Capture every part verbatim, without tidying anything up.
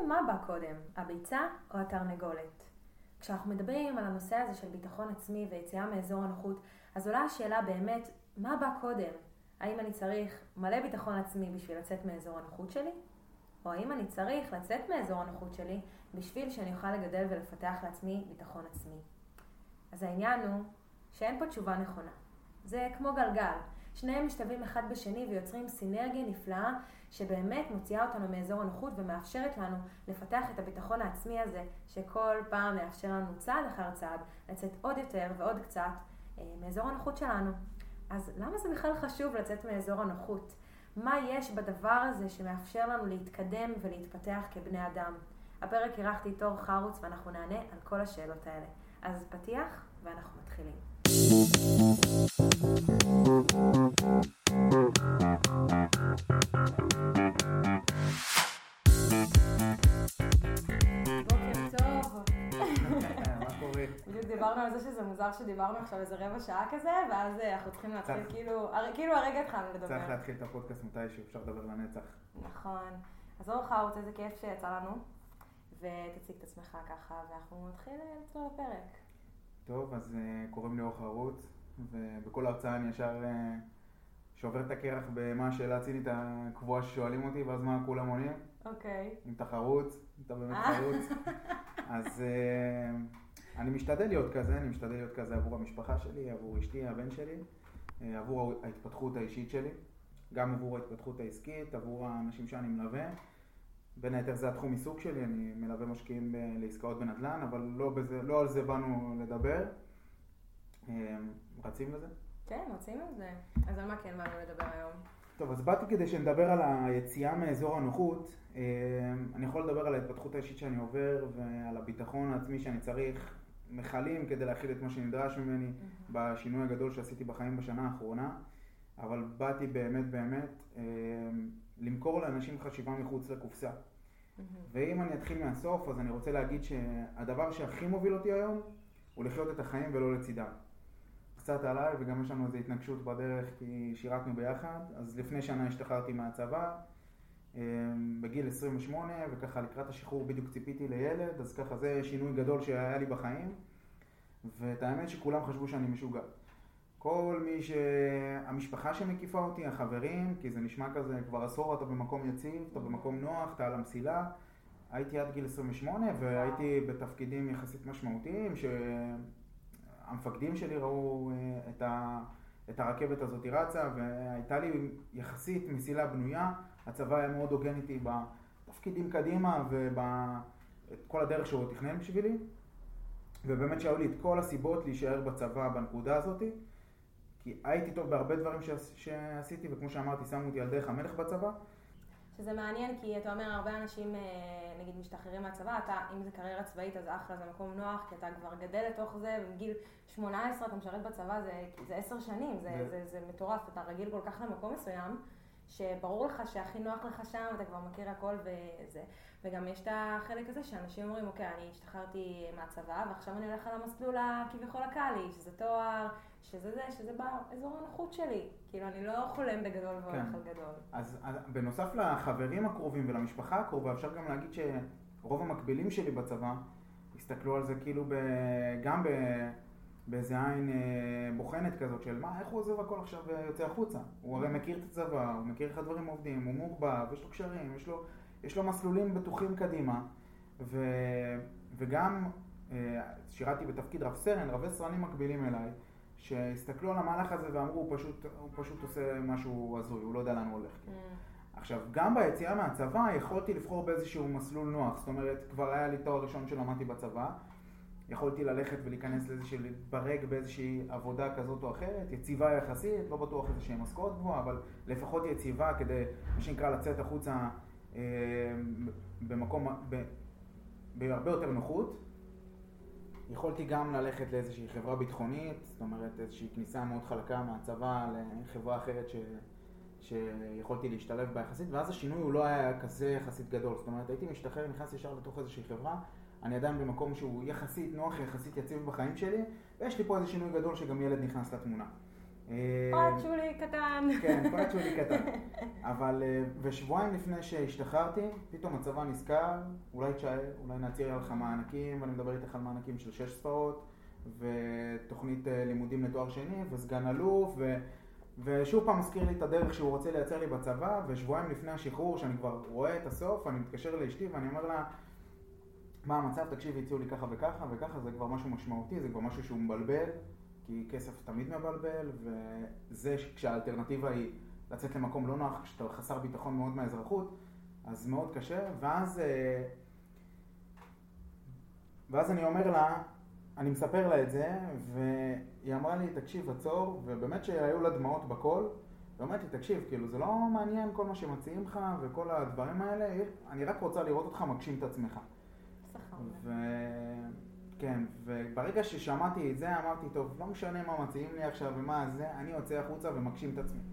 מה בא קודם, הביצה או התרנגולת? כשאנחנו מדברים על הנושא הזה של ביטחון עצמי ויציאה מאזור הנוחות, אז עולה השאלה באמת, מה בא קודם? האם אני צריך מלא ביטחון עצמי בשביל לצאת מאזור הנוחות שלי? או האם אני צריך לצאת מאזור הנוחות שלי בשביל שאני אוכל לגדל ולפתח לעצמי ביטחון עצמי? אז העניין הוא שאין פה תשובה נכונה. זה כמו גלגל. שניהם משתווים אחד בשני ויוצרים סינרגיה נפלאה שבאמת מוציאה אותנו מאזור הנוחות ומאפשרת לנו לפתח את הביטחון העצמי הזה שכל פעם מאפשר לנו צעד אחר צעד לצאת עוד יותר ועוד קצת אה, מאזור הנוחות שלנו. אז למה זה בכלל חשוב לצאת מאזור הנוחות? מה יש בדבר הזה שמאפשר לנו להתקדם ולהתפתח כבני אדם? הפרק אירחתי את אור חרוץ ואנחנו נענה על כל השאלות האלה. אז פתיח ואנחנו מתחילים. בוקר טוב. מה קורה? בדיוק דיברנו על זה שזה מוזר שדיברנו עכשיו איזה רבע שעה כזה, ואז אנחנו צריכים להתחיל כאילו, כאילו הרגע התחלנו לדבר. צריך להתחיל את הפודקאסט מתי שאפשר לדבר לנצח. נכון. אז אור חרוץ, איזה כיף שיצא לנו, ותציג את עצמך ככה, ואנחנו נתחיל לצלול לפרק. טוב, אז uh, קוראים לי אור חרוץ, ובכל ההרצאה אני ישר uh, שובר את הקרח במה השאלה הצינית הקבועה ששואלים אותי, ואז מה כולם עונים? אוקיי. אם אתה חרוץ, אם אתה באמת חרוץ. אז uh, אני משתדל להיות כזה, אני משתדל להיות כזה עבור המשפחה שלי, עבור אשתי, הבן שלי, uh, עבור ההתפתחות האישית שלי, גם עבור ההתפתחות העסקית, עבור האנשים שאני מלווה. בין היתר זה התחום עיסוק שלי, אני מלווה משקיעים ב- לעסקאות בנדל"ן, אבל לא, בזה, לא על זה באנו לדבר. רצים לזה? כן, רצים לזה. אז על מה כן באנו לדבר היום? טוב, אז באתי כדי שנדבר על היציאה מאזור הנוחות. אני יכול לדבר על ההתפתחות האישית שאני עובר ועל הביטחון העצמי שאני צריך מחלים כדי להכיל את מה שנדרש ממני mm-hmm. בשינוי הגדול שעשיתי בחיים בשנה האחרונה. אבל באתי באמת באמת למכור לאנשים חשיבה מחוץ לקופסה. Mm-hmm. ואם אני אתחיל מהסוף, אז אני רוצה להגיד שהדבר שהכי מוביל אותי היום הוא לחיות את החיים ולא לצידם. קצת עליי, וגם יש לנו איזו התנגשות בדרך כי שירתנו ביחד. אז לפני שנה השתחררתי מהצבא, בגיל עשרים ושמונה, וככה לקראת השחרור בדיוק ציפיתי לילד, אז ככה זה שינוי גדול שהיה לי בחיים. ואת האמת שכולם חשבו שאני משוגע. כל מי שהמשפחה שמקיפה אותי, החברים, כי זה נשמע כזה, כבר עשור אתה במקום יציב, אתה במקום נוח, אתה על המסילה. הייתי עד גיל עשרים ושמונה והייתי בתפקידים יחסית משמעותיים, שהמפקדים שלי ראו את, ה, את הרכבת הזאת רצה, והייתה לי יחסית מסילה בנויה. הצבא היה מאוד הוגן איתי בתפקידים קדימה ובכל הדרך שהוא תכנן בשבילי. ובאמת שהיו לי את כל הסיבות להישאר בצבא בנקודה הזאת. כי הייתי טוב בהרבה דברים שעשיתי, וכמו שאמרתי, שמו אותי על דרך המלך בצבא. שזה מעניין, כי אתה אומר, הרבה אנשים, נגיד, משתחררים מהצבא, אתה, אם זה קריירה צבאית, אז אחלה, זה מקום נוח, כי אתה כבר גדל לתוך זה, ובגיל שמונה עשרה אתה משרת בצבא, זה, זה עשר שנים, זה, ו... זה, זה מטורף, אתה רגיל כל כך למקום מסוים, שברור לך שהכי נוח לך שם, אתה כבר מכיר הכל וזה. וגם יש את החלק הזה שאנשים אומרים, אוקיי, אני השתחררתי מהצבא, ועכשיו אני הולך על המסלול כביכול הקלי, שזה תואר, שזה זה, שזה באזור הנוחות שלי. כאילו, אני לא חולם בגדול והולך על גדול. אז, אז בנוסף לחברים הקרובים ולמשפחה הקרובה, אפשר גם להגיד שרוב המקבילים שלי בצבא הסתכלו על זה כאילו ב, גם ב, באיזה עין בוחנת כזאת של מה, איך הוא עוזב הכל עכשיו ויוצא החוצה? הוא הרי מכיר את הצבא, הוא מכיר איך הדברים עובדים, הוא מורבב, יש לו קשרים, יש לו, יש לו מסלולים בטוחים קדימה, ו, וגם שירתי בתפקיד רב סרן, רבי סרנים מקבילים אליי, שהסתכלו על המהלך הזה ואמרו, הוא פשוט, הוא פשוט עושה משהו הזוי, הוא לא יודע לאן הוא הולך. Mm. עכשיו, גם ביציאה מהצבא יכולתי לבחור באיזשהו מסלול נוח, זאת אומרת, כבר היה לי תואר ראשון שלמדתי בצבא, יכולתי ללכת ולהיכנס לאיזושהי, להתברג באיזושהי עבודה כזאת או אחרת, יציבה יחסית, לא בטוח איזושהי משכורת גבוהה, אבל לפחות יציבה כדי, מה שנקרא, לצאת החוצה אה, במקום, ב, בהרבה יותר נוחות. יכולתי גם ללכת לאיזושהי חברה ביטחונית, זאת אומרת איזושהי כניסה מאוד חלקה מהצבא לחברה אחרת ש... שיכולתי להשתלב בה יחסית, ואז השינוי הוא לא היה כזה יחסית גדול, זאת אומרת הייתי משתחרר, נכנס ישר לתוך איזושהי חברה, אני עדיין במקום שהוא יחסית נוח, יחסית יציב בחיים שלי, ויש לי פה איזה שינוי גדול שגם ילד נכנס לתמונה. פרט שולי קטן. כן, פרט שולי קטן. אבל, ושבועיים לפני שהשתחררתי, פתאום הצבא נזכר, אולי תשאר, אולי נציע לך מענקים, ואני מדבר איתך על מענקים של שש ספרות, ותוכנית לימודים לתואר שני, וסגן אלוף, ו... ושוב פעם מזכיר לי את הדרך שהוא רוצה לייצר לי בצבא, ושבועיים לפני השחרור, שאני כבר רואה את הסוף, אני מתקשר לאשתי ואני אומר לה, מה המצב? תקשיבי, הציעו לי ככה וככה וככה, זה כבר משהו משמעותי, זה כבר משהו שהוא מבלבל, כי כסף תמיד מבלבל, וזה כשהאלטרנטיבה היא לצאת למקום לא נוח, כשאתה חסר ביטחון מאוד מהאזרחות, אז מאוד קשה, ואז, ואז אני אומר לה, אני מספר לה את זה, והיא אמרה לי, תקשיב, עצור, ובאמת שהיו לה דמעות בכל, ואומרת לי, תקשיב, כאילו, זה לא מעניין כל מה שמציעים לך וכל הדברים האלה, אני רק רוצה לראות אותך מגשים את עצמך. ו... כן, וברגע ששמעתי את זה, אמרתי, טוב, לא משנה מה מציעים לי עכשיו ומה זה, אני יוצא החוצה ומגשים את עצמי.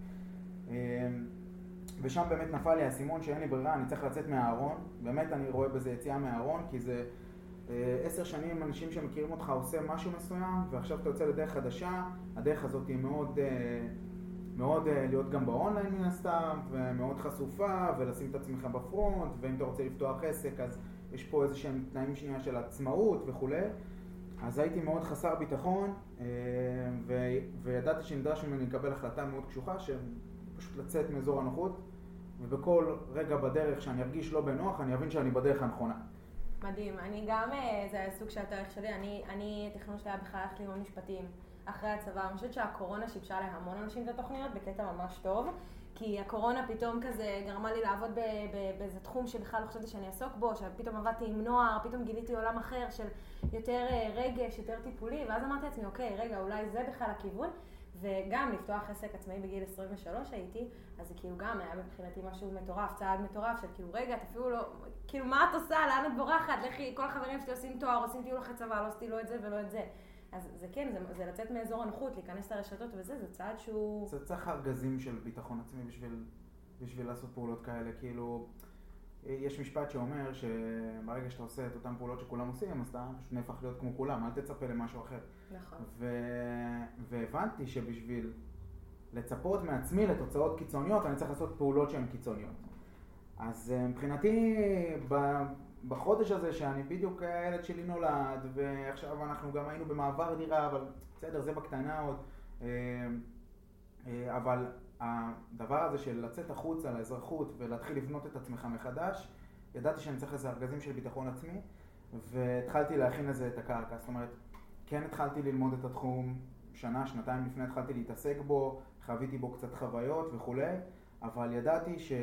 ושם באמת נפל לי הסימון שאין לי ברירה, אני צריך לצאת מהארון, באמת אני רואה בזה יציאה מהארון, כי זה... עשר שנים אנשים שמכירים אותך עושה משהו מסוים, ועכשיו אתה יוצא לדרך חדשה, הדרך הזאת היא מאוד, מאוד להיות גם באונליין מן הסתם, ומאוד חשופה, ולשים את עצמך בפרונט, ואם אתה רוצה לפתוח עסק, אז יש פה איזה שהם תנאים שנייה של עצמאות וכו'. אז הייתי מאוד חסר ביטחון, ו- וידעתי שנדרש ממני לקבל החלטה מאוד קשוחה, שפשוט לצאת מאזור הנוחות, ובכל רגע בדרך שאני ארגיש לא בנוח, אני אבין שאני בדרך הנכונה. מדהים, אני גם, זה הסוג של התאריך שלי, אני, אני, התכנון שלי היה בכלל ללכת ללמוד משפטים אחרי הצבא. אני חושבת שהקורונה שיבשה להמון אנשים את התוכניות בקטע ממש טוב, כי הקורונה פתאום כזה גרמה לי לעבוד ב, ב, באיזה תחום שבכלל לא חשבתי שאני אעסוק בו, שפתאום עבדתי עם נוער, פתאום גיליתי עולם אחר של יותר רגש, יותר טיפולי, ואז אמרתי לעצמי, אוקיי, רגע, אולי זה בכלל הכיוון, וגם לפתוח עסק עצמאי בגיל עשרים ושלוש הייתי, אז זה כאילו גם היה מבחינתי משהו מטורף, צעד מטורף של כאילו רגע, תפילו לו, כאילו מה את עושה, לאן את בורחת, לכי, כל החברים שלי עושים תואר, עושים טיול אחרי צבא, לא עשיתי לו את זה ולא את זה. אז זה כן, זה, זה לצאת מאזור הנוחות, להיכנס לרשתות וזה, זה צעד שהוא... זה צריך ארגזים של ביטחון עצמי בשביל, בשביל לעשות פעולות כאלה, כאילו... יש משפט שאומר שברגע שאתה עושה את אותן פעולות שכולם עושים, אז אתה פשוט נהפך להיות כמו כולם, אל תצפה למשהו אחר. נכון. ו... והבנתי שבשביל לצפות מעצמי לתוצאות קיצוניות, אני צריך לעשות פעולות שהן קיצוניות. אז מבחינתי, בחודש הזה שאני בדיוק הילד שלי נולד, ועכשיו אנחנו גם היינו במעבר דירה, אבל בסדר, זה בקטנה עוד, אבל הדבר הזה של לצאת החוצה לאזרחות ולהתחיל לבנות את עצמך מחדש, ידעתי שאני צריך לזה ארגזים של ביטחון עצמי, והתחלתי להכין לזה את הקרקע. זאת אומרת, כן התחלתי ללמוד את התחום, שנה, שנתיים לפני התחלתי להתעסק בו, חוויתי בו קצת חוויות וכו', אבל ידעתי ש...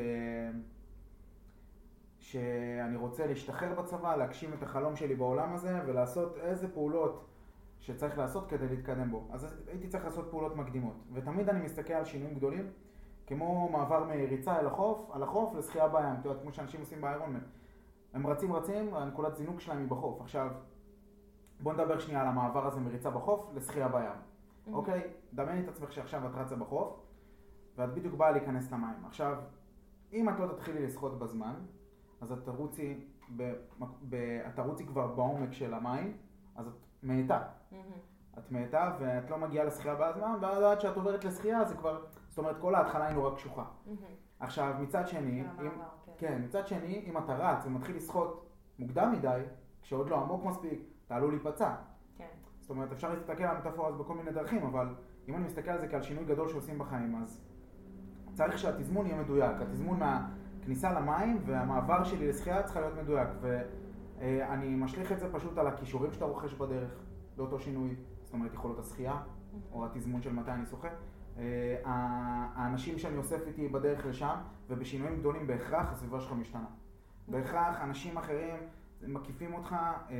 שאני רוצה להשתחרר בצבא, להגשים את החלום שלי בעולם הזה, ולעשות איזה פעולות שצריך לעשות כדי להתקדם בו. אז הייתי צריך לעשות פעולות מקדימות. ותמיד אני מסתכל על שינויים גדולים, כמו מעבר מריצה אל החוף, על החוף לשחייה בים. אתה יודע, כמו שאנשים עושים באיירון, הם רצים רצים, הנקודת זינוק שלהם היא בחוף. עכשיו, בוא נדבר שנייה על המעבר הזה מריצה בחוף לשחייה בים. Mm-hmm. אוקיי? דמיין את עצמך שעכשיו את רצה בחוף, ואת בדיוק באה להיכנס למים. עכשיו, אם את לא תתחילי לשחות בזמן, אז את תרוצי, ב, ב, את תרוצי כבר בעומק של המים, אז את מאטה. Mm-hmm. את מאטה ואת לא מגיעה לשחייה בזמן, ועד עד שאת עוברת לשחייה זה כבר, זאת אומרת כל ההתחלה היא נורא קשוחה. Mm-hmm. עכשיו מצד שני, אם, okay. כן, מצד שני, אם אתה רץ ומתחיל לשחות מוקדם מדי, כשעוד לא עמוק מספיק, אתה עלול להיפצע. כן. Okay. זאת אומרת, אפשר להסתכל על המטאפורה הזאת בכל מיני דרכים, אבל אם אני מסתכל על זה כעל שינוי גדול שעושים בחיים, אז צריך שהתזמון יהיה מדויק. התזמון מהכניסה למים והמעבר שלי לשחייה צריכה להיות מדויק, ואני משליך את זה פשוט על הכישורים שאתה רוכש בדרך לאותו שינוי, זאת אומרת יכולות השחייה או התזמון של מתי אני שוחה. האנשים שאני אוסף איתי בדרך לשם, ובשינויים גדולים בהכרח הסביבה שלך משתנה. בהכרח אנשים אחרים מקיפים אותך,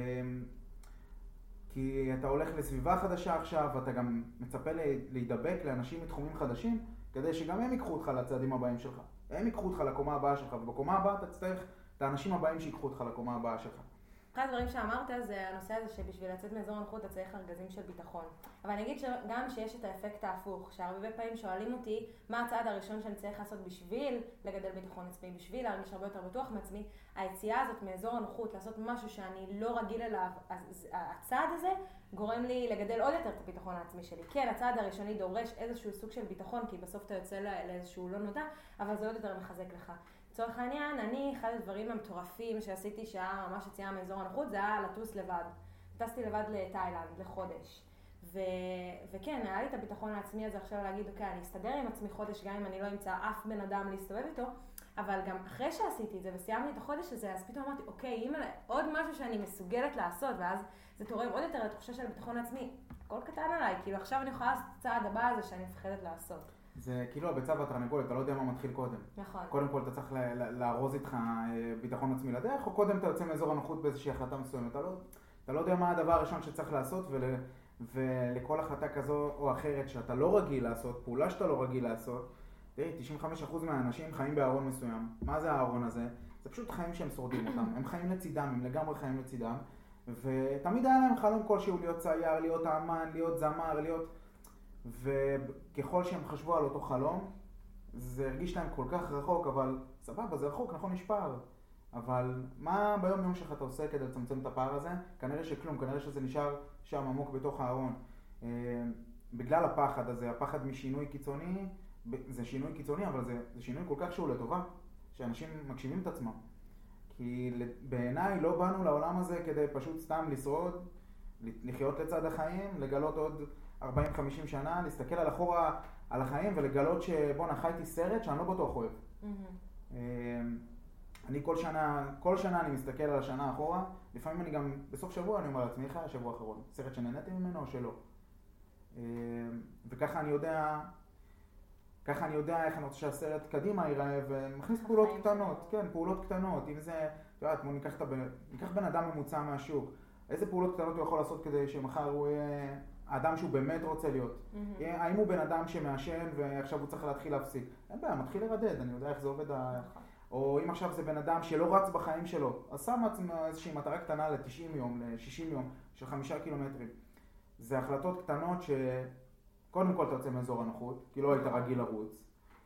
כי אתה הולך לסביבה חדשה עכשיו, ואתה גם מצפה להידבק לאנשים מתחומים חדשים, כדי שגם הם ייקחו אותך לצעדים הבאים שלך. הם ייקחו אותך לקומה הבאה שלך, ובקומה הבאה אתה תצטרך את האנשים הבאים שיקחו אותך לקומה הבאה שלך. אחד הדברים שאמרת זה הנושא הזה שבשביל לצאת מאזור הנוחות אתה צריך ארגזים של ביטחון. אבל אני אגיד שגם שיש את האפקט ההפוך, שהרבה פעמים שואלים אותי מה הצעד הראשון שאני צריך לעשות בשביל לגדל ביטחון עצמי, בשביל להרגיש הרבה יותר בטוח מעצמי, היציאה הזאת מאזור הנוחות, לעשות משהו שאני לא רגיל אליו, אז הצעד הזה גורם לי לגדל עוד יותר את הביטחון העצמי שלי. כן, הצעד הראשוני דורש איזשהו סוג של ביטחון, כי בסוף אתה יוצא לאיזשהו לא נודע, אבל זה עוד יותר מחזק לך. לצורך העניין, אני, אחד הדברים המטורפים שעשיתי שהיה ממש יציאה מאזור הנוחות, זה היה לטוס לבד. טסתי לבד לתאילנד, לחודש. ו... וכן, היה לי את הביטחון העצמי הזה עכשיו להגיד, אוקיי, אני אסתדר עם עצמי חודש, גם אם אני לא אמצא אף בן אדם להסתובב איתו, אבל גם אחרי שעשיתי את זה וסיימתי את החודש הזה, אז פתאום אמרתי, אוקיי, אם עוד משהו שאני מסוגלת לעשות, ואז זה תורם עוד יותר לתחושה של הביטחון העצמי. הכל קטן עליי, כאילו עכשיו אני יכולה לעשות את הצעד הבא הזה שאני מפחדת לעשות. זה כאילו הביצה והתרנגולת, אתה לא יודע מה מתחיל קודם. נכון. קודם כל אתה צריך לארוז איתך ביטחון עצמי לדרך, או קודם אתה יוצא מאזור הנוחות באיזושהי החלטה מסוימת. אתה לא, אתה לא יודע מה הדבר הראשון שצריך לעשות, ול, ולכל החלטה כזו או אחרת שאתה לא רגיל לעשות, פעולה שאתה לא רגיל לעשות, תראי, תשעים וחמישה אחוז מהאנשים חיים בארון מסוים. מה זה הארון הזה? זה פשוט חיים שהם שורדים אותם. הם חיים לצידם, הם לגמרי חיים לצידם, ותמיד היה להם חלום כלשהו להיות צייר, להיות האמן, להיות זמר, להיות... וככל שהם חשבו על אותו חלום, זה הרגיש להם כל כך רחוק, אבל סבבה, זה רחוק, נכון, יש פער. אבל מה ביום יום שלך אתה עושה כדי לצמצם את הפער הזה? כנראה שכלום, כנראה שזה נשאר שם עמוק בתוך הארון. בגלל הפחד הזה, הפחד משינוי קיצוני, זה שינוי קיצוני, אבל זה, זה שינוי כל כך שהוא לטובה, שאנשים מקשיבים את עצמם. כי בעיניי לא באנו לעולם הזה כדי פשוט סתם לשרוד, לחיות לצד החיים, לגלות עוד ארבעים חמישים שנה, להסתכל על אחורה על החיים ולגלות שבוא נחייתי סרט שאני לא בטוח אוהב. Mm-hmm. אני כל שנה, כל שנה אני מסתכל על השנה אחורה, לפעמים אני גם בסוף שבוע אני אומר לעצמי, איך היה השבוע האחרון? סרט שנהניתי ממנו או שלא? וככה אני יודע, ככה אני יודע איך אני רוצה שהסרט קדימה ייראה, ומכניס פעולות קטנות, כן, פעולות קטנות, אם זה, אתה יודעת, בוא ניקח, ניקח בן אדם ממוצע מהשוק, איזה פעולות קטנות הוא יכול לעשות כדי שמחר הוא יהיה האדם שהוא באמת רוצה להיות. Mm-hmm. האם הוא בן אדם שמעשן ועכשיו הוא צריך להתחיל להפסיק? אין בעיה, מתחיל לרדד, אני יודע איך זה עובד. ה... או אם עכשיו זה בן אדם שלא רץ בחיים שלו, אז שם איזושהי מטרה קטנה ל-תשעים יום, ל-שישים יום, של חמישה קילומטרים. זה החלטות קטנות שקודם כל אתה יוצא מאזור הנוחות, כי לא היית רגיל לרוץ.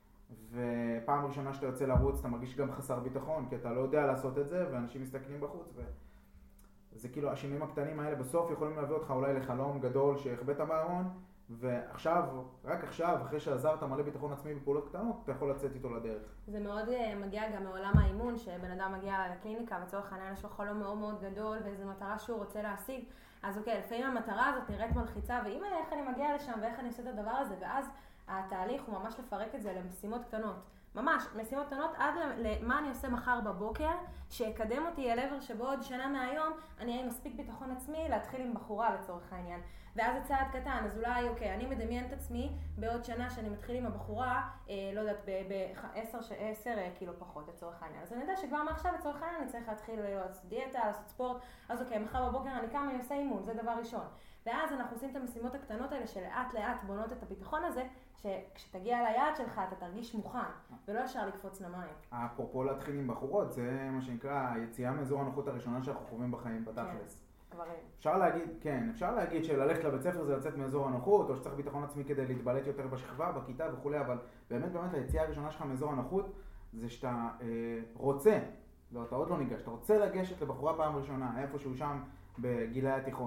ופעם ראשונה שאתה יוצא לרוץ, אתה מרגיש גם חסר ביטחון, כי אתה לא יודע לעשות את זה, ואנשים מסתכלים בחוץ. ו... זה כאילו, השינויים הקטנים האלה בסוף יכולים להביא אותך אולי לחלום גדול שהחבאת בארון, ועכשיו, רק עכשיו, אחרי שעזרת מלא ביטחון עצמי בפעולות קטנות, אתה יכול לצאת איתו לדרך. זה מאוד מגיע גם מעולם האימון, שבן אדם מגיע לקליניקה, וצורך העניין יש לו חלום מאוד מאוד גדול, ואיזו מטרה שהוא רוצה להשיג. אז אוקיי, לפעמים המטרה הזאת נראית מלחיצה, ואם איך אני מגיע לשם ואיך אני עושה את הדבר הזה, ואז התהליך הוא ממש לפרק את זה למשימות קטנות. ממש, משימות קטנות עד למה אני עושה מחר בבוקר, שיקדם אותי אל עבר שבו עוד שנה מהיום אני אהיה מספיק ביטחון עצמי להתחיל עם בחורה לצורך העניין. ואז זה צעד קטן, אז אולי, אוקיי, אני מדמיין את עצמי בעוד שנה שאני מתחיל עם הבחורה, אה, לא יודעת, ב-עשר קילו פחות לצורך העניין. אז אני יודע שכבר מעכשיו לצורך העניין אני צריך להתחיל לעשות דיאטה, לעשות ספורט, אז אוקיי, מחר בבוקר אני קם, אני עושה אימון, זה דבר ראשון. ואז אנחנו עושים את המשימות הקטנות האלה שלאט לאט בונות את הביטחון הזה, שכשתגיע ליעד שלך אתה תרגיש מוכן, ולא ישר לקפוץ למים. אפרופו להתחיל עם בחורות, זה מה שנקרא היציאה מאזור הנוחות הראשונה שאנחנו חווים בחיים בתכלס. כן, גברים. אפשר להגיד, כן, אפשר להגיד שללכת לבית ספר זה לצאת מאזור הנוחות, או שצריך ביטחון עצמי כדי להתבלט יותר בשכבה, בכיתה וכו', אבל באמת באמת היציאה הראשונה שלך מאזור הנוחות, זה שאתה אה, רוצה, לא, אתה עוד לא ניגש, אתה רוצה לגשת לבחורה פעם ראשונה, איפשהו שם בגילי התיכון.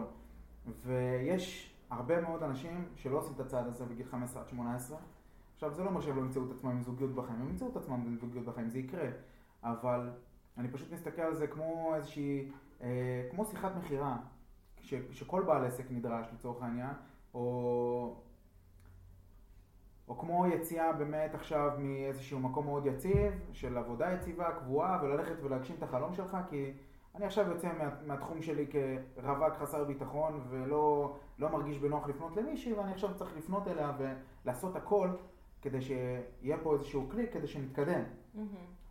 ויש הרבה מאוד אנשים שלא עושים את הצעד הזה בגיל חמש עשרה עד שמונה עשרה. עכשיו, זה לא אומר שהם לא ימצאו את עצמם עם זוגיות בחיים, הם ימצאו את עצמם עם זוגיות בחיים, זה יקרה. אבל אני פשוט מסתכל על זה כמו איזושהי, אה, כמו שיחת מחירה, ש, שכל בעל עסק נדרש לצורך העניין, או, או כמו יציאה באמת עכשיו מאיזשהו מקום מאוד יציב, של עבודה יציבה, קבועה, וללכת ולהגשים את החלום שלך, כי אני עכשיו יוצא מה, מהתחום שלי כרווק חסר ביטחון ולא לא מרגיש בנוח לפנות למישהי, ואני עכשיו צריך לפנות אליה ולעשות הכל כדי שיהיה פה איזשהו קליק, כדי שנתקדם. Mm-hmm.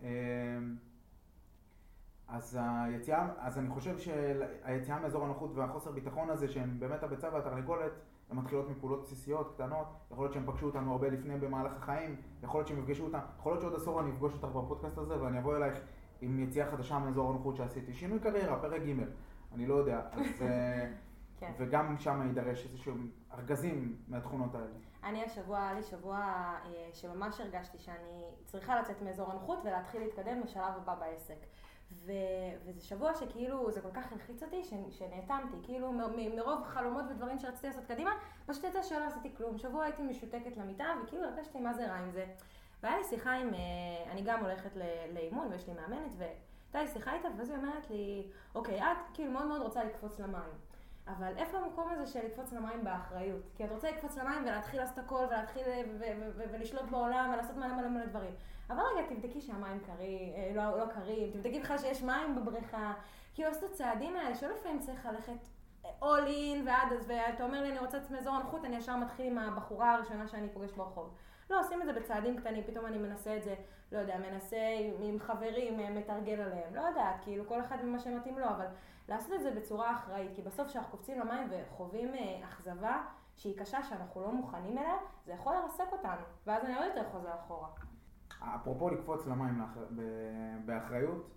אז היציאה, אז אני חושב שהיציאה מאזור הנוחות והחוסר ביטחון הזה, שהם באמת הביצה והתרנגולת, הן מתחילות מפעולות בסיסיות, קטנות, יכול להיות שהם פגשו אותנו הרבה לפני במהלך החיים, יכול להיות שהם יפגשו אותם, יכול להיות שעוד עשור אני אפגוש אותך בפודקאסט הזה, ואני אבוא אלייך עם יציאה חדשה מאזור הנוחות שעשיתי, שינוי קריירה, פרק ג'. אני לא יודע. אז, כן. וגם שם יידרש איזשהו ארגזים מהתכונות האלה. אני השבוע, היה לי שבוע שממש הרגשתי שאני צריכה לצאת מאזור הנוחות ולהתחיל להתקדם בשלב הבא בעסק. ו... וזה שבוע שכאילו, זה כל כך הלחיץ אותי, ש... שנאטמתי, כאילו מ... מרוב חלומות ודברים שרציתי לעשות קדימה, פשוט יצא שלא עשיתי כלום. שבוע הייתי משותקת למיטה, וכאילו הרגשתי מה זה רע עם זה. והיה לי שיחה עם, אני גם הולכת ל... לאימון, ויש לי מאמנת, והייתה לי שיחה איתה, ואז היא אומרת לי, אוקיי, את כאילו מאוד מאוד רוצה לקפוץ למים. אבל איפה המקום הזה של לקפוץ למים באחריות? כי את רוצה לקפוץ למים ולהתחיל לעשות הכל, ולהתחיל ו- ו- ו- ולשלוט בעולם, ולעשות מלא מלא מלא דברים. אבל רגע, תבדקי שהמים קרים, לא, לא קרים, תבדקי בכלל שיש מים בבריכה. כי הוא עושה את הצעדים האלה, שלא לפעמים צריך ללכת all in ועד אז, ואתה אומר לי, אני רוצה את מאזור הנוחות, אני ישר מתחיל עם הבחורה הראשונה שאני פוגש ברחוב. לא, עושים את זה בצעדים קטנים, פתאום אני מנסה את זה, לא יודע, מנסה עם חברים, מתרגל עליהם, לא יודעת, כאילו כל אחד ממה שמתאים לו, אבל לעשות את זה בצורה אחראית, כי בסוף כשאנחנו קופצים למים וחווים אכזבה שהיא קשה, שאנחנו לא מוכנים אליה, זה יכול לרסק אותנו, ואז אני עוד יותר חוזר אחורה. אפרופו לקפוץ למים באחריות,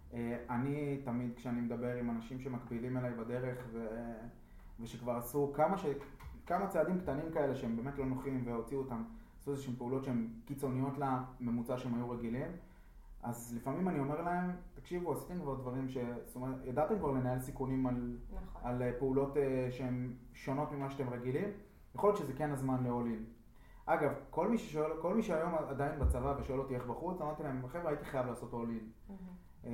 אני תמיד כשאני מדבר עם אנשים שמקבילים אליי בדרך ו... ושכבר עשו כמה, ש... כמה צעדים קטנים כאלה שהם באמת לא נוחים והוציאו אותם, עשו איזושהי פעולות שהן קיצוניות לממוצע שהם היו רגילים, אז לפעמים אני אומר להם, תקשיבו, עשיתם כבר דברים ש... זאת אומרת, ידעתם כבר לנהל סיכונים על, נכון. על פעולות שהן שונות ממה שאתם רגילים, יכול להיות שזה כן הזמן לעולים. אגב, כל מי ששואל, כל מי שהיום עדיין בצבא ושואל אותי איך בחוץ, אמרתי להם, חבר'ה, הייתי חייב לעשות עולים. Mm-hmm.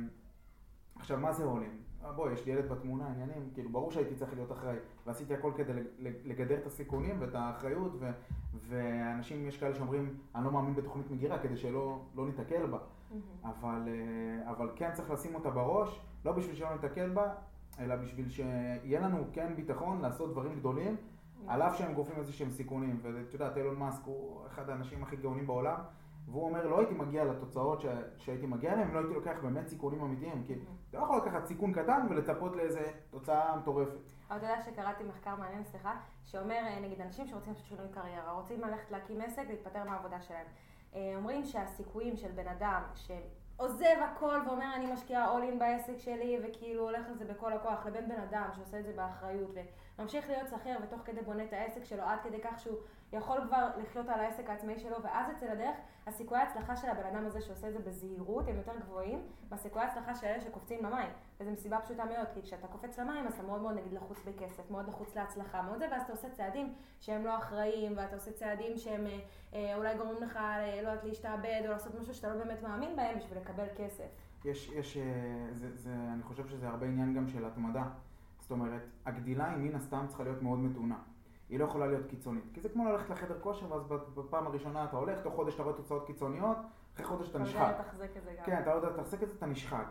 עכשיו, מה זה עולים? בוא, יש לי ילד בתמונה, עניינים, כאילו, ברור שהייתי צריך להיות אחראי, ועשיתי הכל כדי לגדר את הסיכונים ואת האחריות, ו- ואנשים, יש כאלה שאומרים, אני לא מאמין בתוכנית מגירה, כדי שלא לא ניתקל בה. Mm-hmm. אבל, אבל כן צריך לשים אותה בראש, לא בשביל שלא ניתקל בה, אלא בשביל שיהיה לנו כן ביטחון לעשות דברים גדולים, mm-hmm. על אף שהם גופים איזה שהם סיכונים. ואתה יודע, אילון מאסק הוא אחד האנשים הכי גאונים בעולם, והוא אומר, לא הייתי מגיע לתוצאות ש... שהייתי מגיע להם, לא הייתי לוקח באמת סיכונים אמיתיים, כי אתה לא יכול לקחת סיכון קטן ולצפות לאיזה תוצאה מטורפת. אבל אתה יודע שקראתי מחקר מעניין, סליחה, שאומר, נגיד, אנשים שרוצים לעשות שינוי קריירה, רוצים ללכת להקים עסק ולהתפטר מהעבודה שלהם. אומרים שהסיכויים של בן אדם שעוזב הכל ואומר, אני משקיע all in בעסק שלי, וכאילו הולך על זה בכל הכוח, לבין בן אדם שעושה את זה באחריות, וממשיך להיות שכיר ותוך כדי בונה את העסק שלו, עד כדי כך שהוא יכול כבר לחיות על העסק העצמאי שלו, ואז אצל הדרך, הסיכויי ההצלחה של הבן אדם הזה שעושה את זה בזהירות הם יותר גבוהים, והסיכויי ההצלחה של אלה שקופצים למים. וזו מסיבה פשוטה מאוד, כי כשאתה קופץ למים, אז אתה מאוד מאוד נגיד לחוץ בכסף, מאוד לחוץ להצלחה, מאוד זה, ואז אתה עושה צעדים שהם לא אחראיים, ואתה עושה צעדים שהם אה, אולי גורמים לך לא יודעת להשתעבד, או לעשות משהו שאתה לא באמת מאמין בהם בשביל לקבל כסף. יש, יש, זה, זה, אני חושב שזה הרבה עניין גם של התמדה. זאת אומרת, הגדילה היא מן הסתם צריכה להיות מאוד מתונה. היא לא יכולה להיות קיצונית. כי זה כמו ללכת לחדר כושר, ואז בפעם הראשונה אתה הולך, תוך חודש אתה רואה תוצאות קיצוניות, אחרי חודש אתה נשחק. אתה יודע לתחזק את זה גם. כן, אתה יודע לתחזק את זה, אתה נשחק.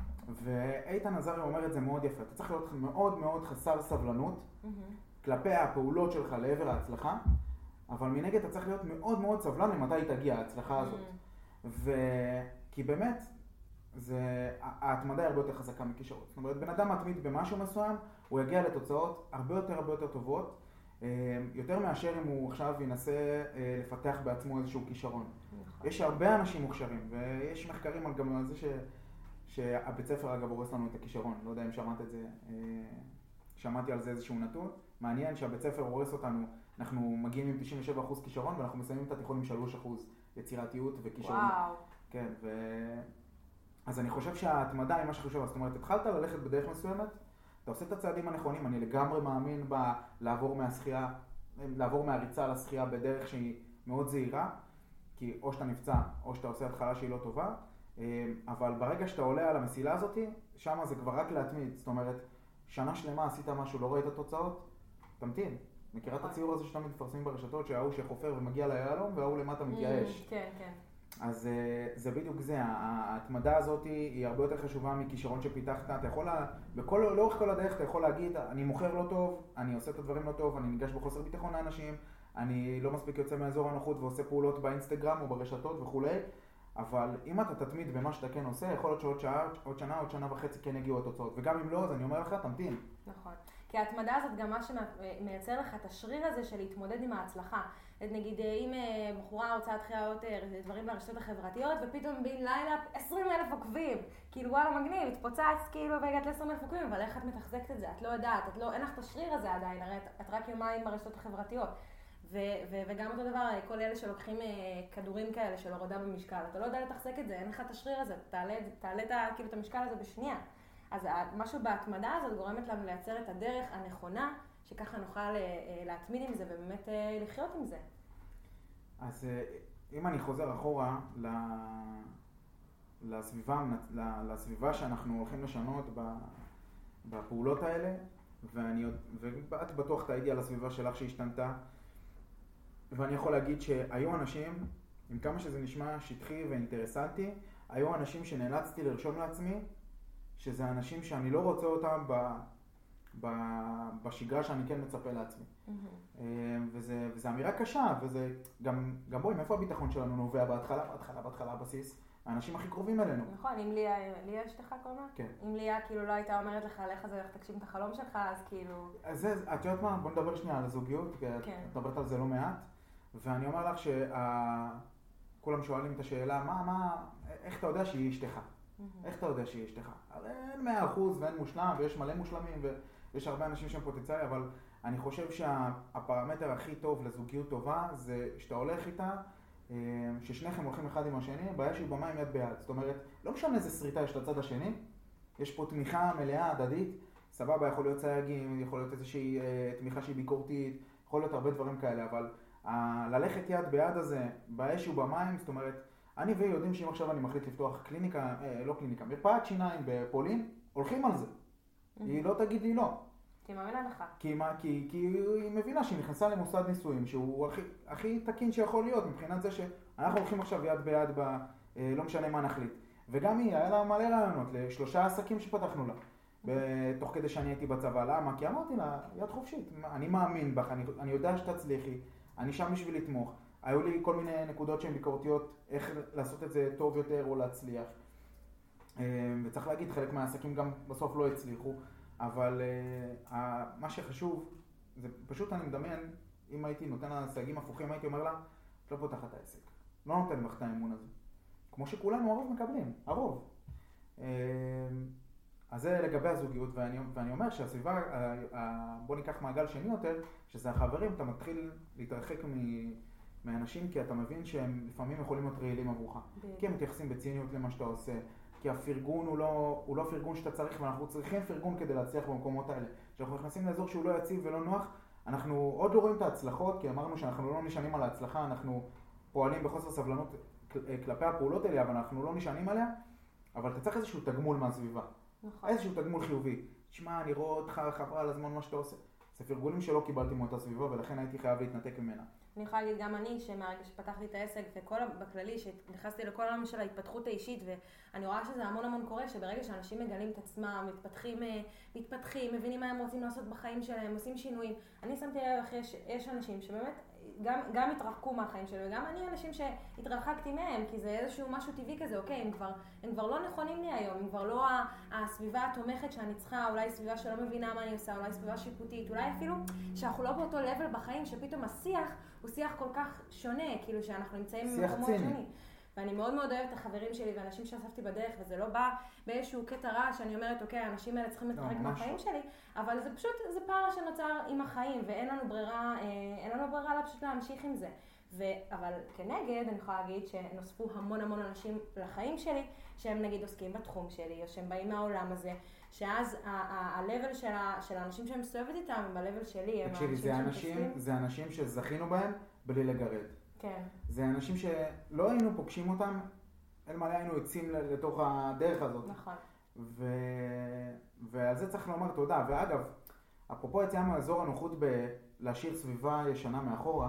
ואיתן עזרי אומר את זה מאוד יפה. אתה צריך להיות מאוד מאוד חסר סבלנות, כלפי הפעולות שלך לעבר ההצלחה, אבל מנגד אתה צריך להיות מאוד מאוד סבלן למתי היא תגיע, ההצלחה הזאת. וכי באמת, זה, ההתמדה היא הרבה יותר חזקה מכישרון. זאת אומרת, בן אדם מתמיד במשהו מסוים, הוא יגיע לתוצאות הרבה יותר הרבה יותר טובות, יותר מאשר אם הוא עכשיו ינסה לפתח בעצמו איזשהו כישרון. יש הרבה אנשים מוכשרים, ויש מחקרים על גם על זה ש, שהבית ספר אגב הורס לנו את הכישרון. לא יודע אם שמעת את זה, שמעתי על זה איזשהו נתון. מעניין שהבית ספר הורס אותנו, אנחנו מגיעים עם תשעים ושבע אחוז כישרון, ואנחנו מסיימים את התיכון עם שלושה אחוז יצירתיות וכישרון. וואו. כן, ו... אז אני חושב שההתמדה היא מה שחשוב. זאת אומרת, התחלת ללכת בדרך מסוימת, אתה עושה את הצעדים הנכונים. אני לגמרי מאמין בלעבור מהשחייה, לעבור מהריצה לשחייה בדרך שהיא מאוד זהירה, כי או שאתה נפצע, או שאתה עושה התחלה שהיא לא טובה, אבל ברגע שאתה עולה על המסילה הזאת, שם זה כבר רק להתמיד. זאת אומרת, שנה שלמה עשית משהו, לא ראית תוצאות, תמתין. מכירה את הציור הזה שאתה מתפרסמים ברשתות, שההוא שחופר ומגיע ליהלום, וההוא למטה מתייאש. כן, כן. אז זה בדיוק זה, ההתמדה הזאת היא הרבה יותר חשובה מכישרון שפיתחת. אתה יכול, בכל, לאורך כל הדרך אתה יכול להגיד, אני מוכר לא טוב, אני עושה את הדברים לא טוב, אני ניגש בחוסר ביטחון לאנשים, אני לא מספיק יוצא מאזור הנוחות ועושה פעולות באינסטגרם או ברשתות וכולי, אבל אם אתה תתמיד במה שאתה כן עושה, יכול להיות שעוד שעה, עוד שנה, עוד שנה וחצי כן יגיעו התוצאות. וגם אם לא, אז אני אומר לך, תמתין. נכון. כי ההתמדה הזאת גם מה שמייצר לך את השריר הזה של להתמודד עם ההצלחה. נגיד, אם בחורה רוצה להתחיל לעלות דברים ברשתות החברתיות, ופתאום בין לילה עשרים אלף עוקבים. כאילו, וואלה, מגניב, התפוצץ כאילו והגעת ל-עשרים אלף עוקבים, אבל איך את מתחזקת את זה? את לא יודעת, את לא, אין לך את השריר הזה עדיין, הרי את, את רק יומיים ברשתות החברתיות. ו- ו- וגם אותו דבר, כל אלה שלוקחים כדורים כאלה של הורדה במשקל, אתה לא יודע לתחזק את זה, אין לך את השריר הזה, תעלה, תעלה את, כאילו, את המשקל הזה בשנייה. אז משהו בהתמדה הזאת גורמת לנו לייצר את הדרך הנכונה, שככה נוכל להתמיד עם זה ובאמת לחיות עם זה. אז אם אני חוזר אחורה לסביבה, לסביבה שאנחנו הולכים לשנות בפעולות האלה, ואני, ואת בטוח תעידי על הסביבה שלך שהשתנתה, ואני יכול להגיד שהיו אנשים, עם כמה שזה נשמע שטחי ואינטרסנטי, היו אנשים שנאלצתי לרשום לעצמי, שזה אנשים שאני לא רוצה אותם ב, ב, בשגרה שאני כן מצפה לעצמי. Mm-hmm. וזה, וזה אמירה קשה, וזה גם, גם בואי, מאיפה הביטחון שלנו נובע בהתחלה, בהתחלה, בהתחלה, הבסיס, האנשים הכי קרובים אלינו. נכון, אם ליה, ליה אשתך קוראים? כן. אם ליה כאילו לא הייתה אומרת לך, לך זה, לך תקשיב את החלום שלך, אז כאילו... אז זה, את יודעת מה? בוא נדבר שנייה על הזוגיות, כי כן. את מדברת על זה לא מעט, ואני אומר לך שכולם שואלים את השאלה, מה, מה, איך אתה יודע שהיא אשתך? איך אתה יודע שהיא אשתך? הרי אין מאה אחוז ואין מושלם ויש מלא מושלמים ויש הרבה אנשים שהם פוטנציאלי, אבל אני חושב שהפרמטר הכי טוב לזוגיות טובה זה שאתה הולך איתה, ששניכם הולכים אחד עם השני, באש היא במים יד ביד. זאת אומרת, לא משנה איזה שריטה יש לצד השני, יש פה תמיכה מלאה, הדדית, סבבה, יכול להיות סייגים, יכול להיות איזושהי תמיכה שהיא ביקורתית, יכול להיות הרבה דברים כאלה, אבל ללכת יד ביד הזה, באש ובמים, זאת אומרת, אני והיא יודעים שאם עכשיו אני מחליט לפתוח קליניקה, אה, לא קליניקה, מרפאת שיניים בפולין, הולכים על זה. Mm-hmm. היא לא תגיד לי לא. כי מאמינה לך. כי, כי, כי היא מבינה שהיא נכנסה למוסד נישואים, שהוא הכי, הכי תקין שיכול להיות, מבחינת זה שאנחנו הולכים עכשיו יד ביד, ב, אה, לא משנה מה נחליט. וגם היא, היה לה מלא רעיונות לשלושה עסקים שפתחנו לה, mm-hmm. תוך כדי שאני הייתי בצבא. למה? כי אמרתי לה, יד חופשית, אני מאמין בך, אני, אני יודע שתצליחי, אני שם בשביל לתמוך. היו לי כל מיני נקודות שהן ביקורתיות, איך לעשות את זה טוב יותר או להצליח. וצריך להגיד, חלק מהעסקים גם בסוף לא הצליחו, אבל מה שחשוב, זה פשוט אני מדמיין, אם הייתי נותן לה סייגים הפוכים, הייתי אומר לה, את לא פותחת את העסק. לא נותן לך את האמון הזה. כמו שכולנו הרוב מקבלים, הרוב. אז זה לגבי הזוגיות, ואני, ואני אומר שהסביבה, בוא ניקח מעגל שני יותר, שזה החברים, אתה מתחיל להתרחק מ... מאנשים, כי אתה מבין שהם לפעמים יכולים להיות רעילים עבורך. כי הם מתייחסים בציניות למה שאתה עושה, כי הפרגון הוא לא, הוא לא פרגון שאתה צריך, ואנחנו צריכים פרגון כדי להצליח במקומות האלה. כשאנחנו נכנסים לאזור שהוא לא יציב ולא נוח, אנחנו עוד לא רואים את ההצלחות, כי אמרנו שאנחנו לא נשענים על ההצלחה, אנחנו פועלים בחוסר סבלנות כלפי הפעולות האלה, אבל אנחנו לא נשענים עליה, אבל אתה צריך איזשהו תגמול מהסביבה. נכון. איזשהו תגמול חיובי. תשמע, אני רואה אותך חבל על הזמן מה שאתה עושה. זה פרגונים שלא קיבלתי מאותה סביבה, ולכן הייתי חייב להתנתק ממנה. אני יכולה להגיד גם אני, שמהרגע שפתחתי את העסק וכל בכללי, שנכנסתי לכל העולם של ההתפתחות האישית, ואני רואה שזה המון המון קורה, שברגע שאנשים מגלים את עצמם, מתפתחים, מתפתחים, מבינים מה הם רוצים לעשות בחיים שלהם, עושים שינויים. אני שמתי לב אחרי שיש אנשים שבאמת גם, גם התרחקו מהחיים שלהם, וגם אני אנשים שהתרחקתי מהם, כי זה איזשהו משהו טבעי כזה, אוקיי, הם כבר, הם כבר לא נכונים לי היום, הם כבר לא הסביבה התומכת שאני צריכה, אולי סביבה שלא מבינה מה אני עושה, אולי סביבה שיפוטית, אולי אפילו שאנחנו לא באותו לבל בחיים, שפתאום השיח הוא שיח כל כך שונה, כאילו שאנחנו נמצאים במקומות שונים. ואני מאוד מאוד אוהבת את החברים שלי ואנשים שאספתי בדרך, וזה לא בא באיזשהו קטע רע שאני אומרת, אוקיי, האנשים האלה צריכים להתרחק מהחיים שלי, אבל זה פשוט, זה פער שנוצר עם החיים, ואין לנו ברירה, אין לנו ברירה לה פשוט להמשיך עם זה. ו... אבל כנגד, אני יכולה להגיד שנוספו המון המון אנשים לחיים שלי, שהם נגיד עוסקים בתחום שלי, או שהם באים מהעולם הזה, שאז ה-level של, ה- של האנשים שהם מסתובבת איתם, הם ה-level שלי, הם האנשים שמתעסקים. זה אנשים שזכינו בהם בלי לגרד. כן. זה אנשים שלא היינו פוגשים אותם, אין מלא היינו יוצאים לתוך הדרך הזאת. נכון. ו... ועל זה צריך לומר תודה. ואגב, אפרופו יציאה מאזור הנוחות בלהשאיר סביבה ישנה מאחורה,